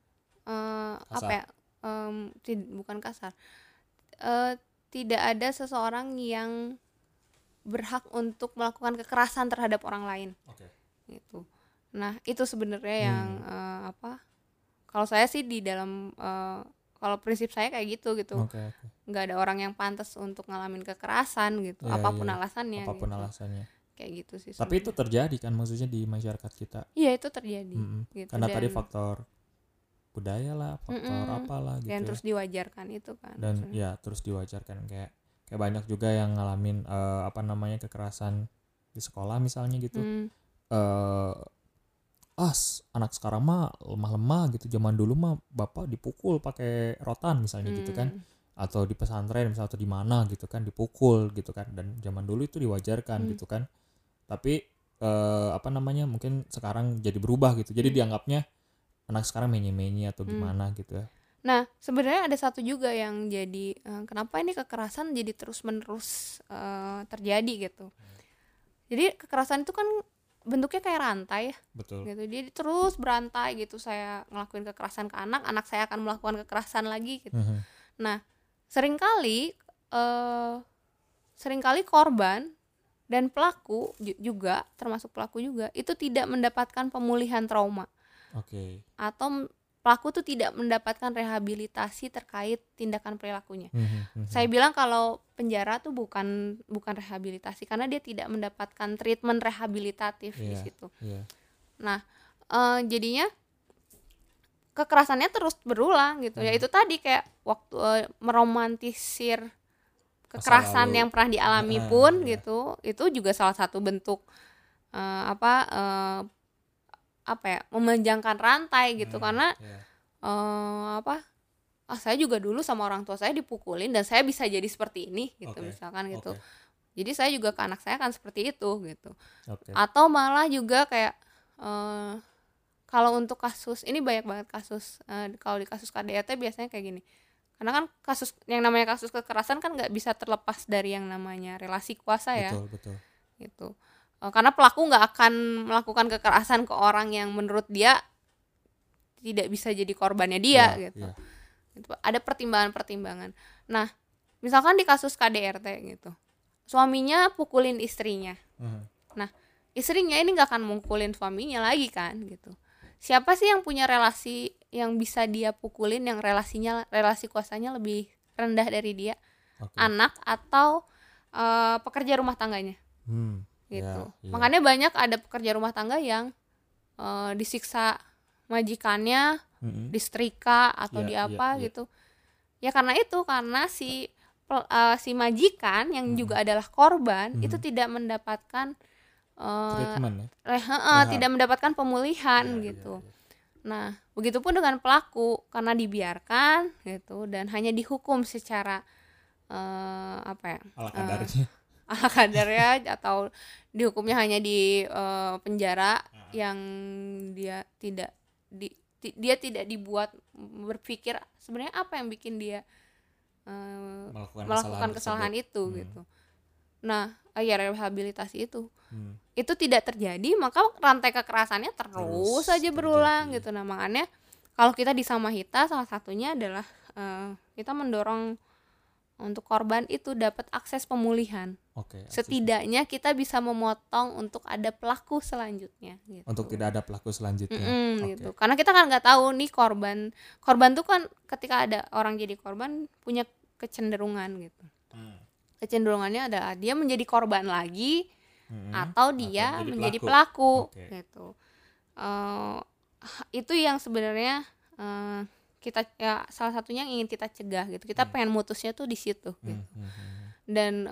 bukan kasar, tidak ada seseorang yang berhak untuk melakukan kekerasan terhadap orang lain. Gitu. Nah, itu sebenarnya yang kalau saya sih di dalam kalau prinsip saya kayak gitu. Nggak ada orang yang pantas untuk ngalamin kekerasan gitu, apapun alasannya. Kayak gitu sih. Tapi itu terjadi kan maksudnya di masyarakat kita. Iya, itu terjadi. Gitu. Karena tadi faktor budaya lah, faktor apalah gitu. Dan terus diwajarkan itu kan. Dan ya terus diwajarkan kayak banyak juga yang ngalamin kekerasan di sekolah misalnya gitu. Anak sekarang mah lemah-lemah gitu, zaman dulu mah bapak dipukul pakai rotan misalnya gitu kan, atau di pesantren misalnya atau di mana gitu kan dipukul gitu kan, dan zaman dulu itu diwajarkan gitu kan. Tapi mungkin sekarang jadi berubah gitu, jadi dianggapnya anak sekarang menye-menye atau gimana gitu ya. Nah, sebenarnya ada satu juga yang jadi kenapa ini kekerasan jadi terus-menerus terjadi gitu. Jadi kekerasan itu kan bentuknya kayak rantai ya. Betul. Gitu. Jadi terus berantai gitu, saya ngelakuin kekerasan ke anak saya akan melakukan kekerasan lagi gitu. Nah, seringkali korban dan pelaku juga, termasuk pelaku juga, itu tidak mendapatkan pemulihan trauma. Atau pelaku tuh tidak mendapatkan rehabilitasi terkait tindakan perilakunya. Saya bilang kalau penjara tuh bukan rehabilitasi karena dia tidak mendapatkan treatment rehabilitatif di situ. Nah, jadinya kekerasannya terus berulang gitu. Ya itu tadi kayak waktu meromantisir kekerasan yang pernah dialami pun gitu, itu juga salah satu bentuk apa ya, memanjangkan rantai gitu. Karena saya juga dulu sama orang tua saya dipukulin dan saya bisa jadi seperti ini gitu, misalkan gitu. Jadi saya juga ke anak saya kan seperti itu gitu. Atau malah juga kayak kalau untuk kasus ini banyak banget kasus, kalau di kasus KDRT biasanya kayak gini. Karena kan kasus yang namanya kasus kekerasan kan nggak bisa terlepas dari yang namanya relasi kuasa ya. Betul. Gitu. Karena pelaku nggak akan melakukan kekerasan ke orang yang menurut dia tidak bisa jadi korbannya dia gitu. Gitu. Ada pertimbangan-pertimbangan. Nah, misalkan di kasus KDRT gitu, suaminya pukulin istrinya. Nah, istrinya ini nggak akan mukulin suaminya lagi kan gitu. Siapa sih yang punya relasi yang bisa dia pukulin, yang relasi kuasanya lebih rendah dari dia? Anak atau pekerja rumah tangganya gitu. Makanya banyak ada pekerja rumah tangga yang disiksa majikannya, disetrika atau gitu. Ya karena si majikan yang juga adalah korban itu tidak mendapatkan tidak mendapatkan pemulihan gitu. Nah, begitupun dengan pelaku, karena dibiarkan gitu dan hanya dihukum secara ala kadarnya atau dihukumnya hanya di penjara yang dia tidak dibuat berpikir sebenarnya apa yang bikin dia melakukan kesalahan itu gitu. Nah, rehabilitasi itu tidak terjadi, maka rantai kekerasannya terus saja berulang gitu. Nah, makanya kalau kita di Samahita salah satunya adalah kita mendorong untuk korban itu dapat akses pemulihan. Setidaknya kita bisa memotong untuk ada pelaku selanjutnya gitu. Untuk tidak ada pelaku selanjutnya. Gitu. Karena kita kan nggak tahu nih korban tuh kan ketika ada orang jadi korban punya kecenderungan gitu. Kecenderungannya adalah dia menjadi korban lagi atau dia menjadi pelaku gitu. Itu yang sebenarnya kita ya salah satunya yang ingin kita cegah gitu. Kita pengen mutusnya tuh di situ gitu. Dan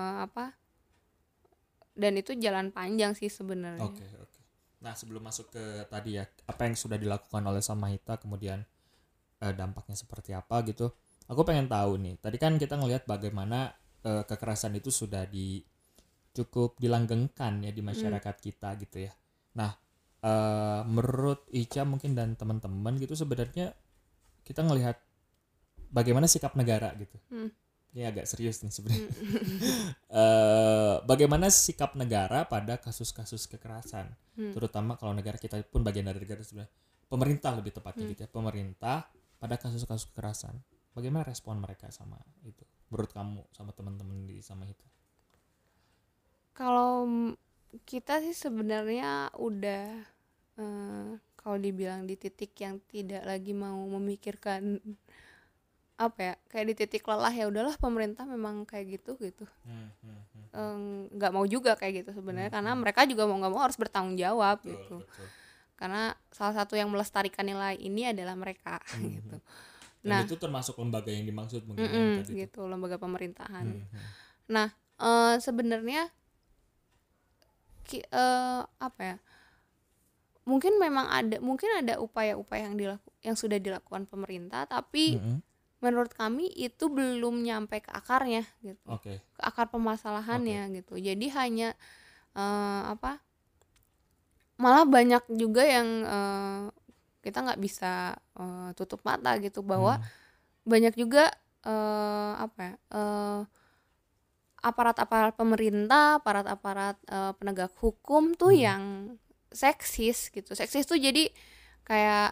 dan itu jalan panjang sih sebenarnya. Nah, sebelum masuk ke tadi ya, apa yang sudah dilakukan oleh Samahita, kemudian dampaknya seperti apa gitu. Aku pengen tahu nih. Tadi kan kita ngelihat bagaimana kekerasan itu sudah cukup dilanggengkan ya di masyarakat kita gitu ya. Nah, menurut Ica mungkin dan teman-teman gitu sebenarnya kita ngelihat bagaimana sikap negara gitu. Ini agak serius nih sebenarnya. Bagaimana sikap negara pada kasus-kasus kekerasan, terutama kalau negara kita pun bagian dari negara sebenarnya. Pemerintah lebih tepatnya gitu ya. Pemerintah pada kasus-kasus kekerasan. Bagaimana respon mereka sama itu? Menurut kamu sama teman-teman di Samahita? Kalau kita sih sebenarnya udah kalau dibilang di titik yang tidak lagi mau memikirkan kayak di titik lelah, ya udahlah pemerintah memang kayak gitu nggak mau juga kayak gitu sebenarnya, karena mereka juga mau nggak mau harus bertanggung jawab gitu. Karena salah satu yang melestarikan nilai ini adalah mereka gitu. Dan itu termasuk lembaga yang dimaksud mungkin gitu, lembaga pemerintahan. Nah, sebenarnya mungkin ada upaya-upaya yang sudah dilakukan pemerintah, tapi menurut kami itu belum nyampe ke akarnya gitu. Ke akar permasalahannya gitu. Jadi hanya malah banyak juga yang kita nggak bisa tutup mata gitu bahwa banyak juga aparat-aparat pemerintah, aparat-aparat penegak hukum tuh yang seksis gitu. Seksis tuh jadi kayak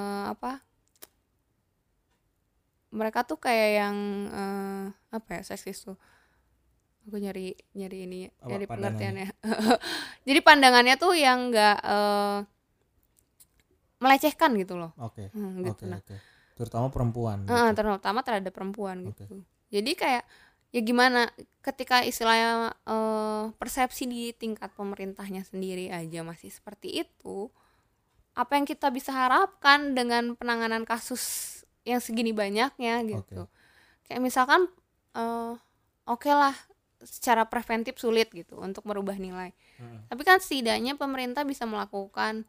mereka tuh kayak yang seksis tuh. Aku nyari ini, nyari pengertiannya. Jadi pandangannya tuh yang nggak melecehkan gitu loh. Gitu. Terutama perempuan. Terutama terhadap perempuan gitu. Jadi kayak ya gimana ketika istilahnya persepsi di tingkat pemerintahnya sendiri aja masih seperti itu, apa yang kita bisa harapkan dengan penanganan kasus yang segini banyaknya gitu. Kayak misalkan oke lah secara preventif sulit gitu untuk merubah nilai. Tapi kan setidaknya pemerintah bisa melakukan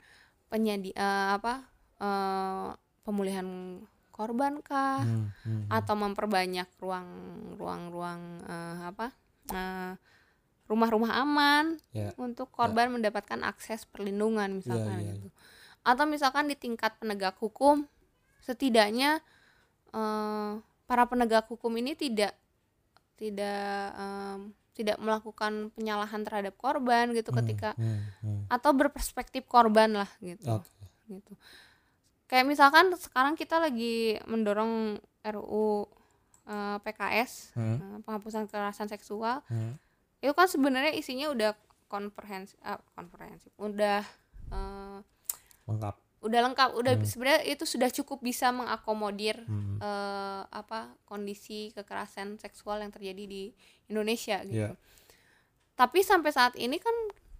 pemulihan korban kah, atau memperbanyak ruang-ruang rumah-rumah aman untuk korban mendapatkan akses perlindungan misalkan gitu. Atau misalkan di tingkat penegak hukum, setidaknya para penegak hukum ini tidak melakukan penyalahan terhadap korban gitu ketika atau berperspektif korban lah gitu. Gitu. Kayak misalkan sekarang kita lagi mendorong RUU PKS, penghapusan kekerasan seksual. Itu kan sebenarnya isinya udah komprehensif, udah lengkap, sebenarnya itu sudah cukup bisa mengakomodir kondisi kekerasan seksual yang terjadi di Indonesia gitu. Tapi sampai saat ini kan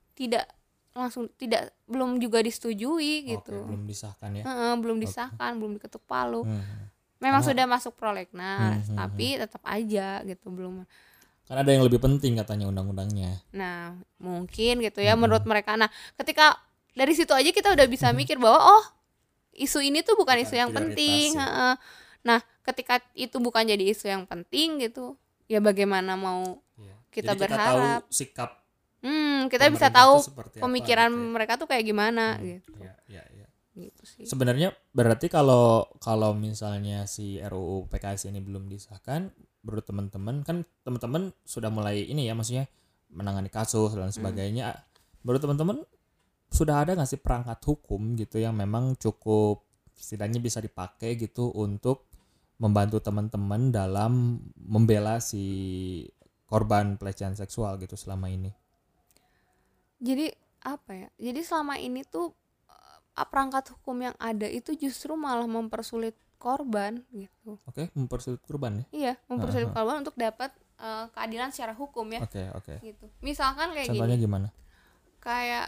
belum juga disetujui gitu. Belum disahkan ya. Belum disahkan, belum diketuk palu. Memang sudah masuk prolegnas, tapi tetap aja gitu belum. Karena ada yang lebih penting katanya undang-undangnya. Nah, mungkin gitu ya menurut mereka. Nah, ketika dari situ aja kita udah bisa mikir bahwa isu ini tuh bukan isu yang penting. Ya. Nah, ketika itu bukan jadi isu yang penting gitu, ya bagaimana mau kita berharap? Kita tahu sikap. Kita bisa tahu pemikiran mereka tuh kayak gimana gitu. Gitu sih. Sebenarnya berarti kalau misalnya si RUU PKS ini belum disahkan, menurut teman-teman kan teman-teman sudah mulai ini ya, maksudnya menangani kasus dan sebagainya. Menurut teman-teman sudah ada nggak sih perangkat hukum gitu yang memang cukup setidaknya bisa dipakai gitu untuk membantu teman-teman dalam membela si korban pelecehan seksual gitu selama ini? Jadi apa ya? Jadi selama ini tuh perangkat hukum yang ada itu justru malah mempersulit korban gitu. Mempersulit korban ya? Iya, mempersulit korban untuk dapat keadilan secara hukum ya. Gitu. Misalkan kayak contohnya gini. Gimana? Kayak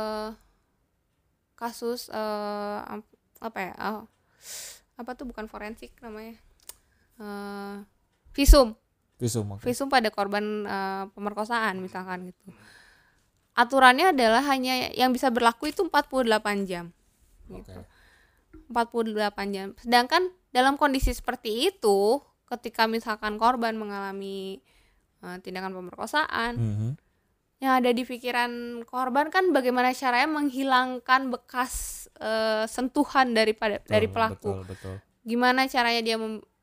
kasus bukan forensik namanya. Visum pada korban pemerkosaan misalkan gitu. Aturannya adalah hanya yang bisa berlaku itu 48 jam. Gitu. 48 jam. Sedangkan dalam kondisi seperti itu, ketika misalkan korban mengalami tindakan pemerkosaan, yang ada di pikiran korban kan bagaimana caranya menghilangkan bekas sentuhan dari pelaku. Betul. Gimana caranya dia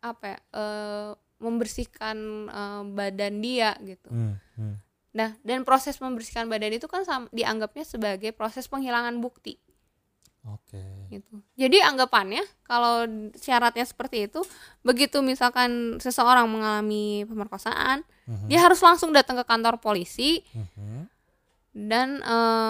membersihkan badan dia gitu. Nah, dan proses membersihkan badan itu kan dianggapnya sebagai proses penghilangan bukti. Gitu. Jadi anggapannya kalau syaratnya seperti itu, begitu misalkan seseorang mengalami pemerkosaan, dia harus langsung datang ke kantor polisi dan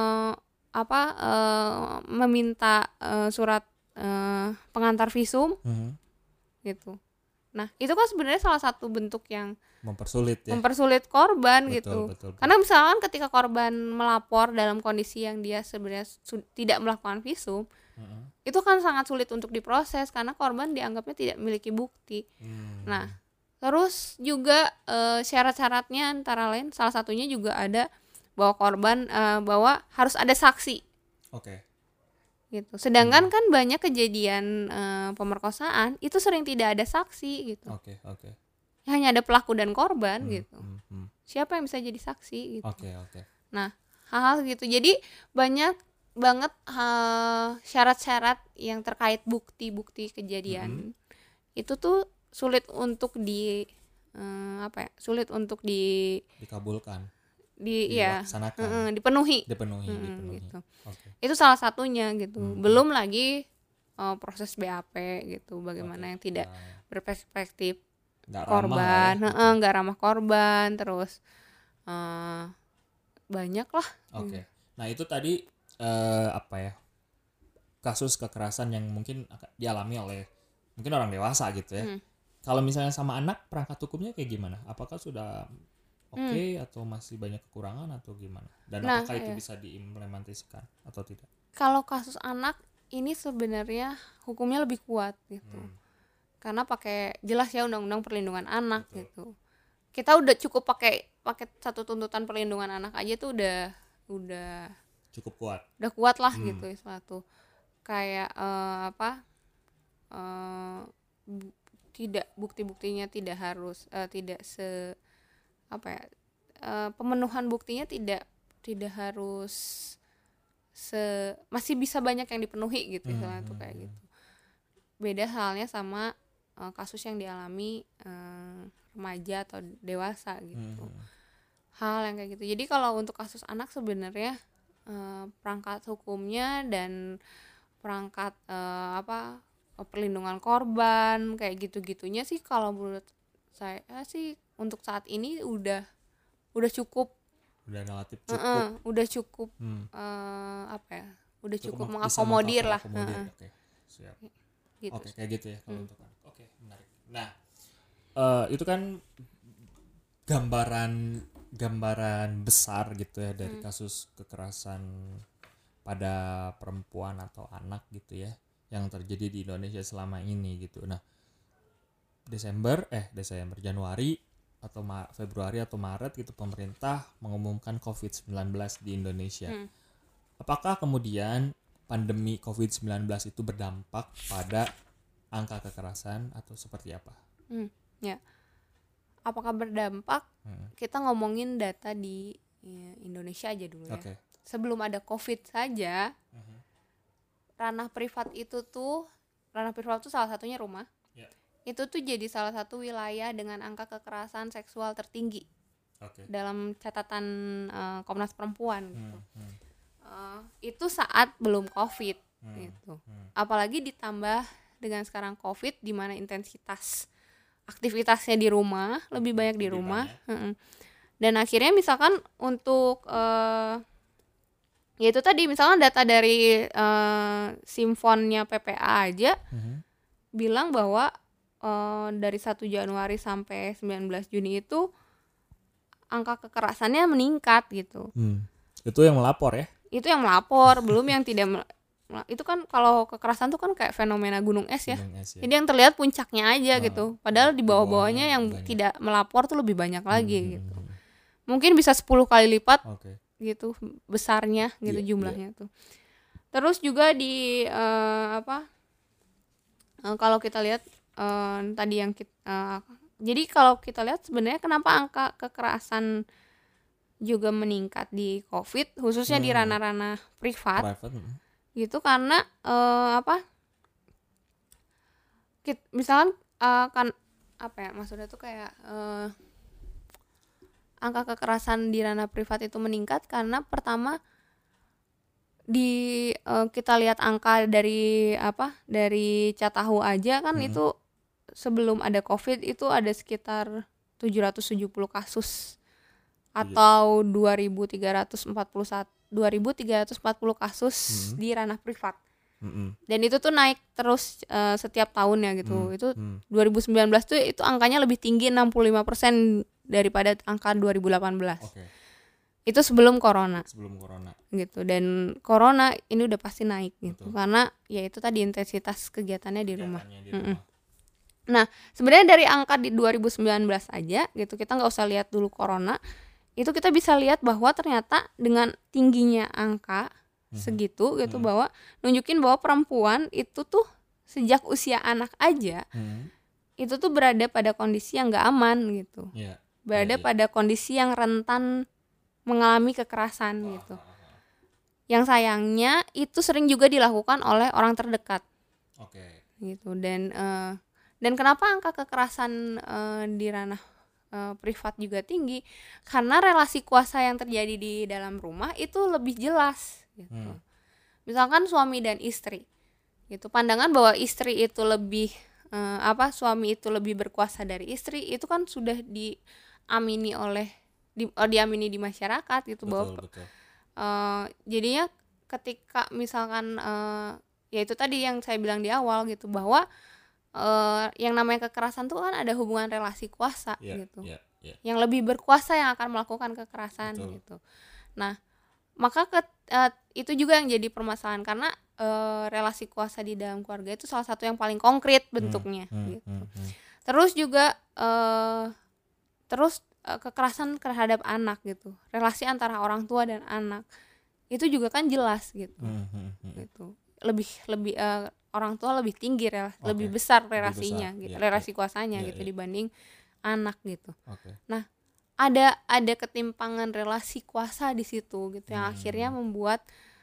meminta surat pengantar visum gitu. Nah, itu kan sebenarnya salah satu bentuk yang mempersulit korban gitu. Betul. Karena misalkan ketika korban melapor dalam kondisi yang dia sebenarnya tidak melakukan visum, itu kan sangat sulit untuk diproses karena korban dianggapnya tidak memiliki bukti. Nah, terus juga syarat-syaratnya antara lain salah satunya juga ada bahwa harus ada saksi. Gitu. Sedangkan kan banyak kejadian pemerkosaan itu sering tidak ada saksi gitu. Hanya ada pelaku dan korban gitu. Siapa yang bisa jadi saksi gitu. Nah, hal-hal gitu. Jadi banyak banget syarat-syarat yang terkait bukti-bukti kejadian. Itu tuh sulit untuk dikabulkan. Dipenuhi. Gitu. Itu salah satunya gitu. Belum lagi proses BAP gitu. Bagaimana yang tidak berperspektif korban, nggak ramah korban, terus banyak lah. Nah itu tadi kasus kekerasan yang mungkin dialami oleh mungkin orang dewasa gitu ya. Kalau misalnya sama anak, perangkat hukumnya kayak gimana? Apakah sudah atau masih banyak kekurangan atau gimana? Dan apakah itu bisa diimplementasikan atau tidak? Kalau kasus anak ini sebenarnya hukumnya lebih kuat gitu. Karena pakai jelas ya undang-undang perlindungan anak gitu. Kita udah cukup pakai satu tuntutan perlindungan anak aja tuh udah Cukup kuat. Udah kuat lah gitu istilah tuh. Kayak tidak bukti-buktinya tidak harus tidak se apa ya pemenuhan buktinya tidak harus masih bisa banyak yang dipenuhi gitu istilahnya tuh kayak gitu. Beda halnya sama kasus yang dialami remaja atau dewasa gitu. Hal yang kayak gitu. Jadi kalau untuk kasus anak sebenarnya perangkat hukumnya dan perangkat perlindungan korban kayak gitu-gitunya sih kalau menurut saya sih untuk saat ini udah cukup, udah relatif cukup, udah cukup udah cukup mengakomodir lah. Oke, siap. Gitu. Oke, kayak gitu ya kalau untuk anak. Oke, menarik. Nah, itu kan gambaran besar gitu ya dari kasus kekerasan pada perempuan atau anak gitu ya yang terjadi di Indonesia selama ini gitu. Nah, Januari atau Februari atau Maret gitu pemerintah mengumumkan COVID-19 di Indonesia. Apakah kemudian pandemi COVID-19 itu berdampak pada angka kekerasan atau seperti apa? Ya. Apakah berdampak? Kita ngomongin data di Indonesia aja dulu ya. Okay. Sebelum ada COVID saja, ranah privat itu salah satunya rumah. Yeah. Itu tuh jadi salah satu wilayah dengan angka kekerasan seksual tertinggi dalam catatan Komnas Perempuan gitu. Itu saat belum COVID gitu. Apalagi ditambah dengan sekarang COVID di mana intensitas aktivitasnya di rumah, lebih banyak di rumah. Dan akhirnya misalkan untuk ya itu tadi misalnya data dari Simfonnya PPA aja bilang bahwa dari 1 Januari sampai 19 Juni itu angka kekerasannya meningkat gitu. Itu yang melapor ya? Itu yang melapor, belum yang tidak itu kan kalau kekerasan tuh kan kayak fenomena gunung es ya. Jadi yang terlihat puncaknya aja gitu. Padahal di bawah-bawahnya yang banyak. Tidak melapor tuh lebih banyak lagi gitu. Mungkin bisa 10 kali lipat gitu besarnya gitu jumlahnya tuh. Terus juga di kalau kita lihat tadi yang jadi kalau kita lihat sebenarnya kenapa angka kekerasan juga meningkat di COVID khususnya di ranah-ranah privat. Gitu karena misalkan kan maksudnya tuh kayak angka kekerasan di ranah privat itu meningkat karena pertama kita lihat angka dari Catahu aja kan itu sebelum ada COVID itu ada sekitar 770 kasus atau 2.340 kasus di ranah privat. Dan itu tuh naik terus setiap tahunnya gitu. Itu 2019 tuh itu angkanya lebih tinggi 65% daripada angka 2018. Itu sebelum corona. Gitu. Dan corona ini udah pasti naik gitu. Karena ya itu tadi intensitas kegiatannya di rumah. Nah, sebenarnya dari angka di 2019 aja gitu, kita nggak usah lihat dulu corona. Itu kita bisa lihat bahwa ternyata dengan tingginya angka segitu gitu bahwa nunjukin bahwa perempuan itu tuh sejak usia anak aja itu tuh berada pada kondisi yang nggak aman gitu, berada pada kondisi yang rentan mengalami kekerasan gitu. Yang sayangnya itu sering juga dilakukan oleh orang terdekat, gitu. Dan kenapa angka kekerasan di ranah privat juga tinggi karena relasi kuasa yang terjadi di dalam rumah itu lebih jelas gitu. Misalkan suami dan istri gitu, pandangan bahwa istri itu lebih suami itu lebih berkuasa dari istri itu kan sudah diamini di masyarakat gitu. Betul. Jadinya ketika misalkan ya itu tadi yang saya bilang di awal gitu bahwa yang namanya kekerasan tuh kan ada hubungan relasi kuasa gitu. Yang lebih berkuasa yang akan melakukan kekerasan gitu. Nah, maka itu juga yang jadi permasalahan karena relasi kuasa di dalam keluarga itu salah satu yang paling konkret bentuknya gitu. Terus juga kekerasan terhadap anak gitu, relasi antara orang tua dan anak itu juga kan jelas gitu. Gitu. Lebih orang tua lebih tinggi lebih besar relasinya gitu, relasi kuasanya gitu dibanding anak gitu. Nah, ada ketimpangan relasi kuasa di situ gitu yang akhirnya membuat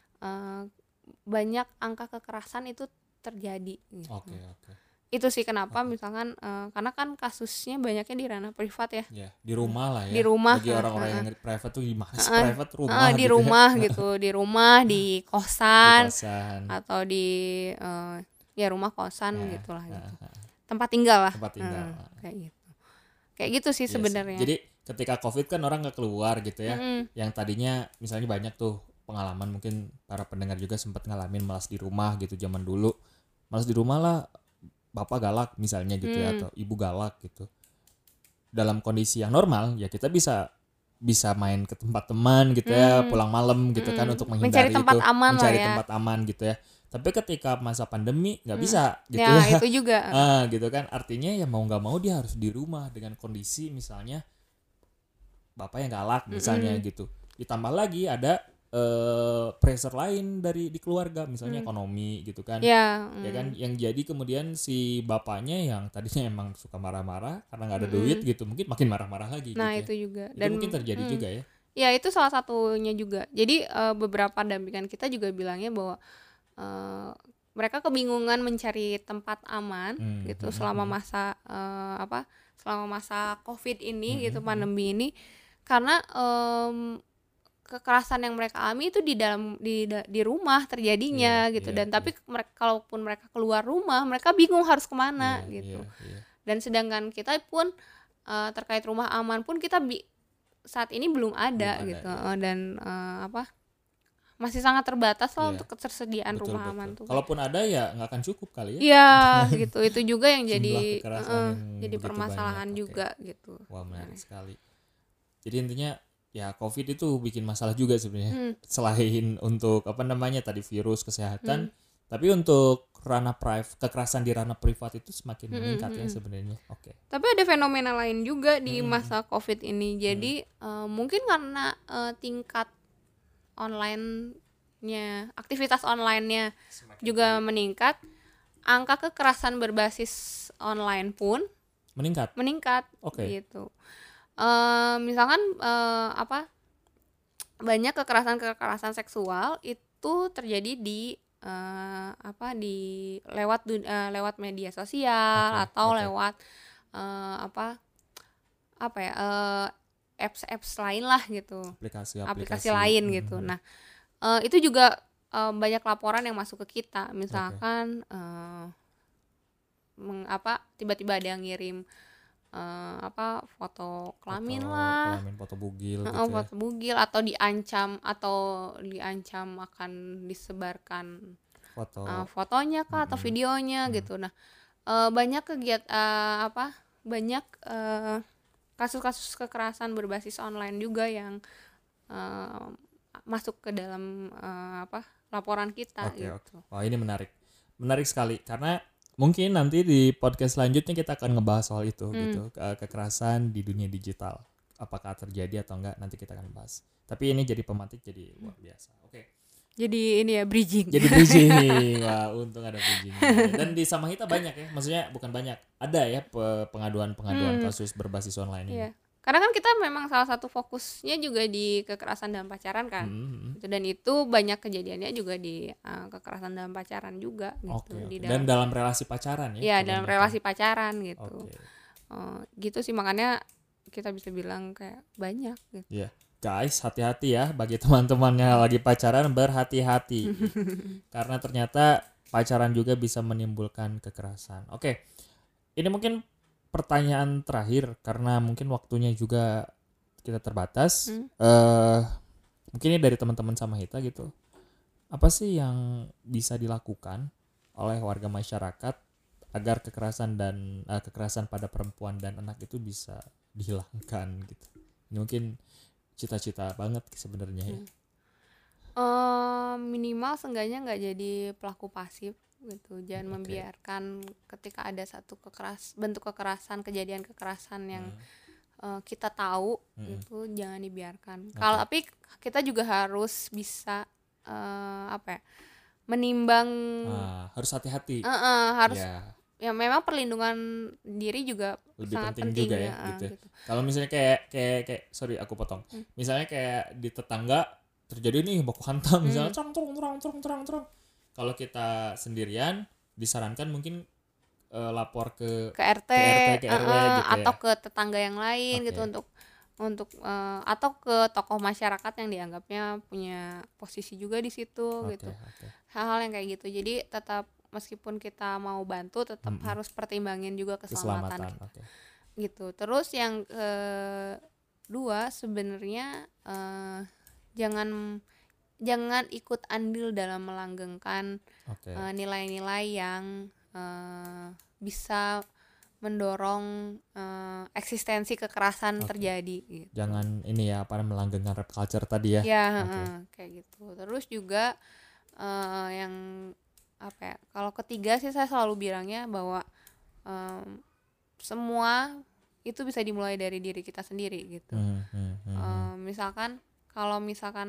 banyak angka kekerasan itu terjadi gitu. Itu sih kenapa misalkan karena kan kasusnya banyaknya di ranah privat ya. Di rumah lah ya. Di rumah. Bagi orang-orang yang private tuh gimana sih private rumah di gitu rumah ya. gitu, di rumah, di kosan, Di kosan. atau di ya rumah kosan gitulah gitu. Tempat tinggal lah. Kayak gitu. Kayak gitu sih sebenarnya. Jadi ketika COVID kan orang nggak keluar gitu ya. Yang tadinya misalnya banyak tuh pengalaman, mungkin para pendengar juga sempat ngalamin malas di rumah gitu zaman dulu. Malas di rumah lah, bapak galak misalnya gitu ya, atau ibu galak gitu. Dalam kondisi yang normal ya kita bisa main ke tempat teman gitu ya, pulang malam gitu kan untuk menghindari tempat aman mencari lah ya. tempat aman gitu ya. Tapi ketika masa pandemi nggak bisa gitu ya. Itu juga. Gitu kan, artinya ya mau nggak mau dia harus di rumah dengan kondisi misalnya bapak yang galak misalnya gitu. Ditambah lagi ada pressure lain di keluarga, misalnya ekonomi gitu kan. Ya kan, yang jadi kemudian si bapaknya yang tadinya emang suka marah-marah karena nggak ada duit gitu, mungkin makin marah-marah lagi. Nah gitu itu juga. Dan itu mungkin terjadi juga ya. Ya itu salah satunya juga. Jadi beberapa dampingan kita juga bilangnya bahwa mereka kebingungan mencari tempat aman gitu selama masa selama masa COVID ini gitu, pandemi ini, karena kekerasan yang mereka alami itu di rumah terjadinya gitu. Dan tapi kalaupun mereka keluar rumah, mereka bingung harus kemana gitu. Dan sedangkan kita pun terkait rumah aman pun kita saat ini belum ada gitu. Dan masih sangat terbatas lah untuk ketersediaan rumah aman tuh. Kalaupun ada ya nggak akan cukup kali ya. Iya gitu. Itu juga yang jadi permasalahan banyak. juga gitu. Wah, menarik sekali. Jadi intinya ya COVID itu bikin masalah juga sebenarnya. Selain untuk tadi virus kesehatan, tapi untuk kekerasan di ranah privat itu semakin meningkat ya sebenarnya. Tapi ada fenomena lain juga di masa COVID ini. Jadi mungkin karena tingkat online-nya, aktivitas online-nya juga meningkat, angka kekerasan berbasis online pun meningkat. Gitu. Misalkan banyak kekerasan seksual itu terjadi di lewat media sosial atau lewat apps lain lah gitu, aplikasi lain gitu. Nah itu juga banyak laporan yang masuk ke kita, misalkan tiba-tiba ada yang ngirim foto kelamin lah, foto bugil gitu foto bugil, atau diancam akan disebarkan fotonya kah atau videonya gitu. Nah banyak banyak kasus-kasus kekerasan berbasis online juga yang masuk ke dalam laporan kita gitu. Wah, ini menarik sekali, karena mungkin nanti di podcast selanjutnya kita akan ngebahas soal itu gitu, kekerasan di dunia digital, apakah terjadi atau enggak, nanti kita akan bahas. Tapi ini jadi pemantik, jadi luar biasa. Jadi ini ya bridging. Wah, untung ada bridging. Dan di Samahita banyak ya, maksudnya bukan banyak, ada ya pengaduan kasus berbasis online ini. Karena kan kita memang salah satu fokusnya juga di kekerasan dalam pacaran kan. Dan itu banyak kejadiannya juga di kekerasan dalam pacaran juga gitu. Dan dalam relasi pacaran ya? Iya, dalam relasi pacaran gitu. Gitu sih, makanya kita bisa bilang kayak banyak gitu. Iya. Guys, hati-hati ya, bagi teman-teman yang lagi pacaran, berhati-hati. Karena ternyata pacaran juga bisa menimbulkan kekerasan. Ini mungkin pertanyaan terakhir, karena mungkin waktunya juga kita terbatas. Mungkin ini dari teman-teman Samahita gitu. Apa sih yang bisa dilakukan oleh warga masyarakat agar kekerasan pada perempuan dan anak itu bisa dihilangkan gitu? Ini mungkin cita-cita banget sebenarnya ya. Minimal seenggaknya nggak jadi pelaku pasif gitu, jangan Oke. membiarkan ketika ada satu bentuk kekerasan, kejadian kekerasan yang kita tahu gitu, jangan dibiarkan. Kalau tapi kita juga harus bisa apa ya, menimbang, Harus hati-hati. harus Ya, ya memang perlindungan diri juga lebih sangat penting penting juga ya, gitu. Kalau misalnya kayak sorry aku potong. Misalnya kayak di tetangga terjadi nih baku hantam misalnya terang. Kalau kita sendirian disarankan mungkin lapor ke ke RT, ke RW gitu atau ya. ke tetangga yang lain gitu, untuk atau ke tokoh masyarakat yang dianggapnya punya posisi juga di situ gitu. Hal-hal yang kayak gitu. Jadi tetap meskipun kita mau bantu tetap harus pertimbangin juga keselamatan kita. Gitu. Terus yang kedua sebenarnya jangan ikut andil dalam melanggengkan nilai-nilai yang bisa mendorong eksistensi kekerasan terjadi gitu. Jangan ini ya, apa melanggengkan rap culture tadi ya. Kayak gitu. Terus juga yang apa ya? Kalau ketiga sih saya selalu bilangnya bahwa semua itu bisa dimulai dari diri kita sendiri gitu. Misalkan kalau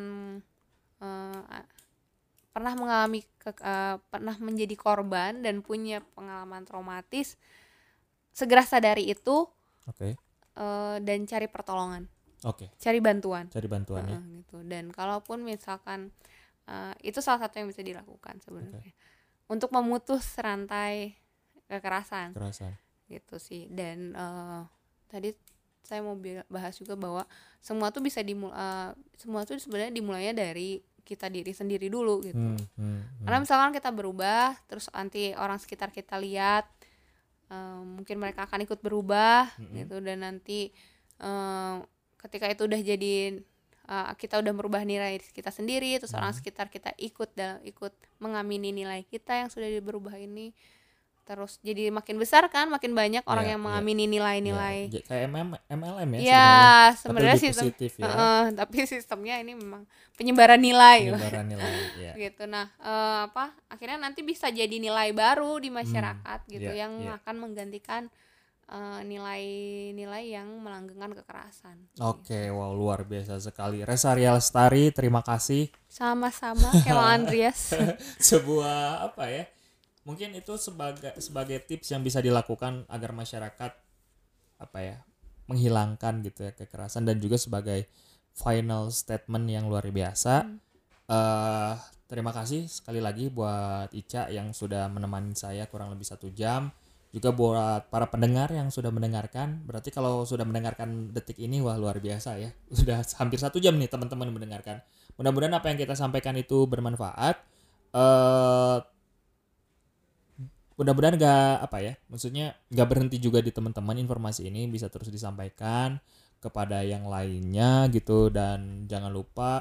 pernah menjadi korban dan punya pengalaman traumatis, segera sadari itu dan cari pertolongan, cari bantuan ya. Gitu. Dan kalaupun misalkan itu salah satu yang bisa dilakukan sebenarnya untuk memutus rantai kekerasan. Gitu sih. Dan tadi saya mau bahas juga bahwa semua tuh sebenarnya dimulainya dari kita diri sendiri dulu gitu. Karena misalkan kita berubah terus nanti orang sekitar kita lihat, mungkin mereka akan ikut berubah gitu, dan nanti ketika itu udah jadi kita udah merubah nilai kita sendiri, terus orang sekitar kita ikut mengamini nilai kita yang sudah berubah ini, terus jadi makin besar kan, makin banyak orang yang mengamini nilai-nilai kayak MLM ya. Ya sebenarnya sistem positif, tapi sistemnya ini memang penyebaran nilai ya. Gitu. Nah akhirnya nanti bisa jadi nilai baru di masyarakat gitu, yang akan menggantikan nilai-nilai yang melanggengkan kekerasan. Wow, luar biasa sekali. Resaria Lestari, terima kasih. Sama-sama, Kemal Andreas. Sebuah apa ya? Mungkin itu sebagai tips yang bisa dilakukan agar masyarakat apa ya, menghilangkan gitu ya kekerasan, dan juga sebagai final statement yang luar biasa. Terima kasih sekali lagi buat Ica yang sudah menemani saya kurang lebih 1 jam. Juga buat para pendengar yang sudah mendengarkan. Berarti kalau sudah mendengarkan detik ini, wah luar biasa ya. Sudah hampir 1 jam nih teman-teman mendengarkan. Mudah-mudahan apa yang kita sampaikan itu bermanfaat. Mudah-mudahan maksudnya nggak berhenti juga di teman-teman. Informasi ini bisa terus disampaikan kepada yang lainnya gitu, dan jangan lupa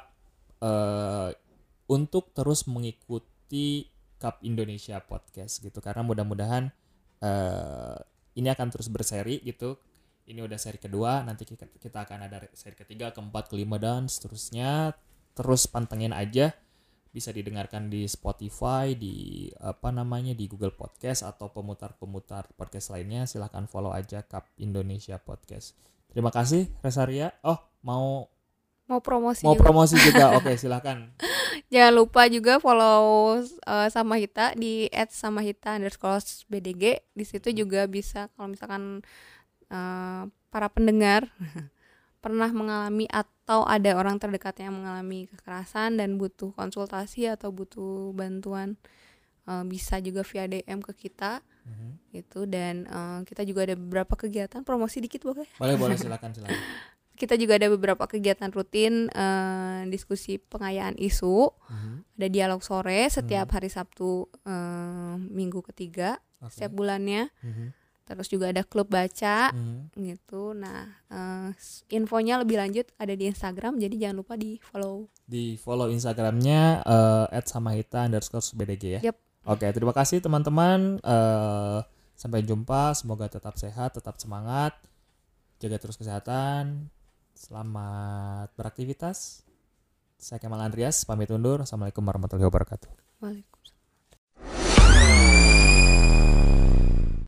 untuk terus mengikuti Cup Indonesia Podcast gitu, karena mudah-mudahan ini akan terus berseri gitu. Ini udah seri kedua, nanti kita akan ada seri ketiga, keempat, kelima, dan seterusnya. Terus pantengin aja. Bisa didengarkan di Spotify, di di Google Podcast atau pemutar-pemutar podcast lainnya. Silahkan follow aja Cup Indonesia Podcast. Terima kasih Resaria. Mau promosi juga. Oke, silahkan. Jangan lupa juga follow Samahita di @samahita_bdg. Di situ juga bisa, kalau misalkan para pendengar pernah mengalami atau ada orang terdekat yang mengalami kekerasan dan butuh konsultasi atau butuh bantuan, bisa juga via DM ke kita gitu. Dan kita juga ada beberapa kegiatan, promosi dikit boleh? Boleh silakan. Kita juga ada beberapa kegiatan rutin, diskusi pengayaan isu, ada dialog sore setiap hari Sabtu minggu ketiga setiap bulannya. Terus juga ada klub baca gitu. Nah infonya lebih lanjut ada di Instagram, jadi jangan lupa di follow Instagramnya @samahita_bdg ya. Oke, terima kasih teman-teman. Sampai jumpa, semoga tetap sehat, tetap semangat, jaga terus kesehatan, selamat beraktivitas. Saya Kemal Andreas, pamit undur. Assalamualaikum warahmatullahi wabarakatuh. Waalaikumsalam.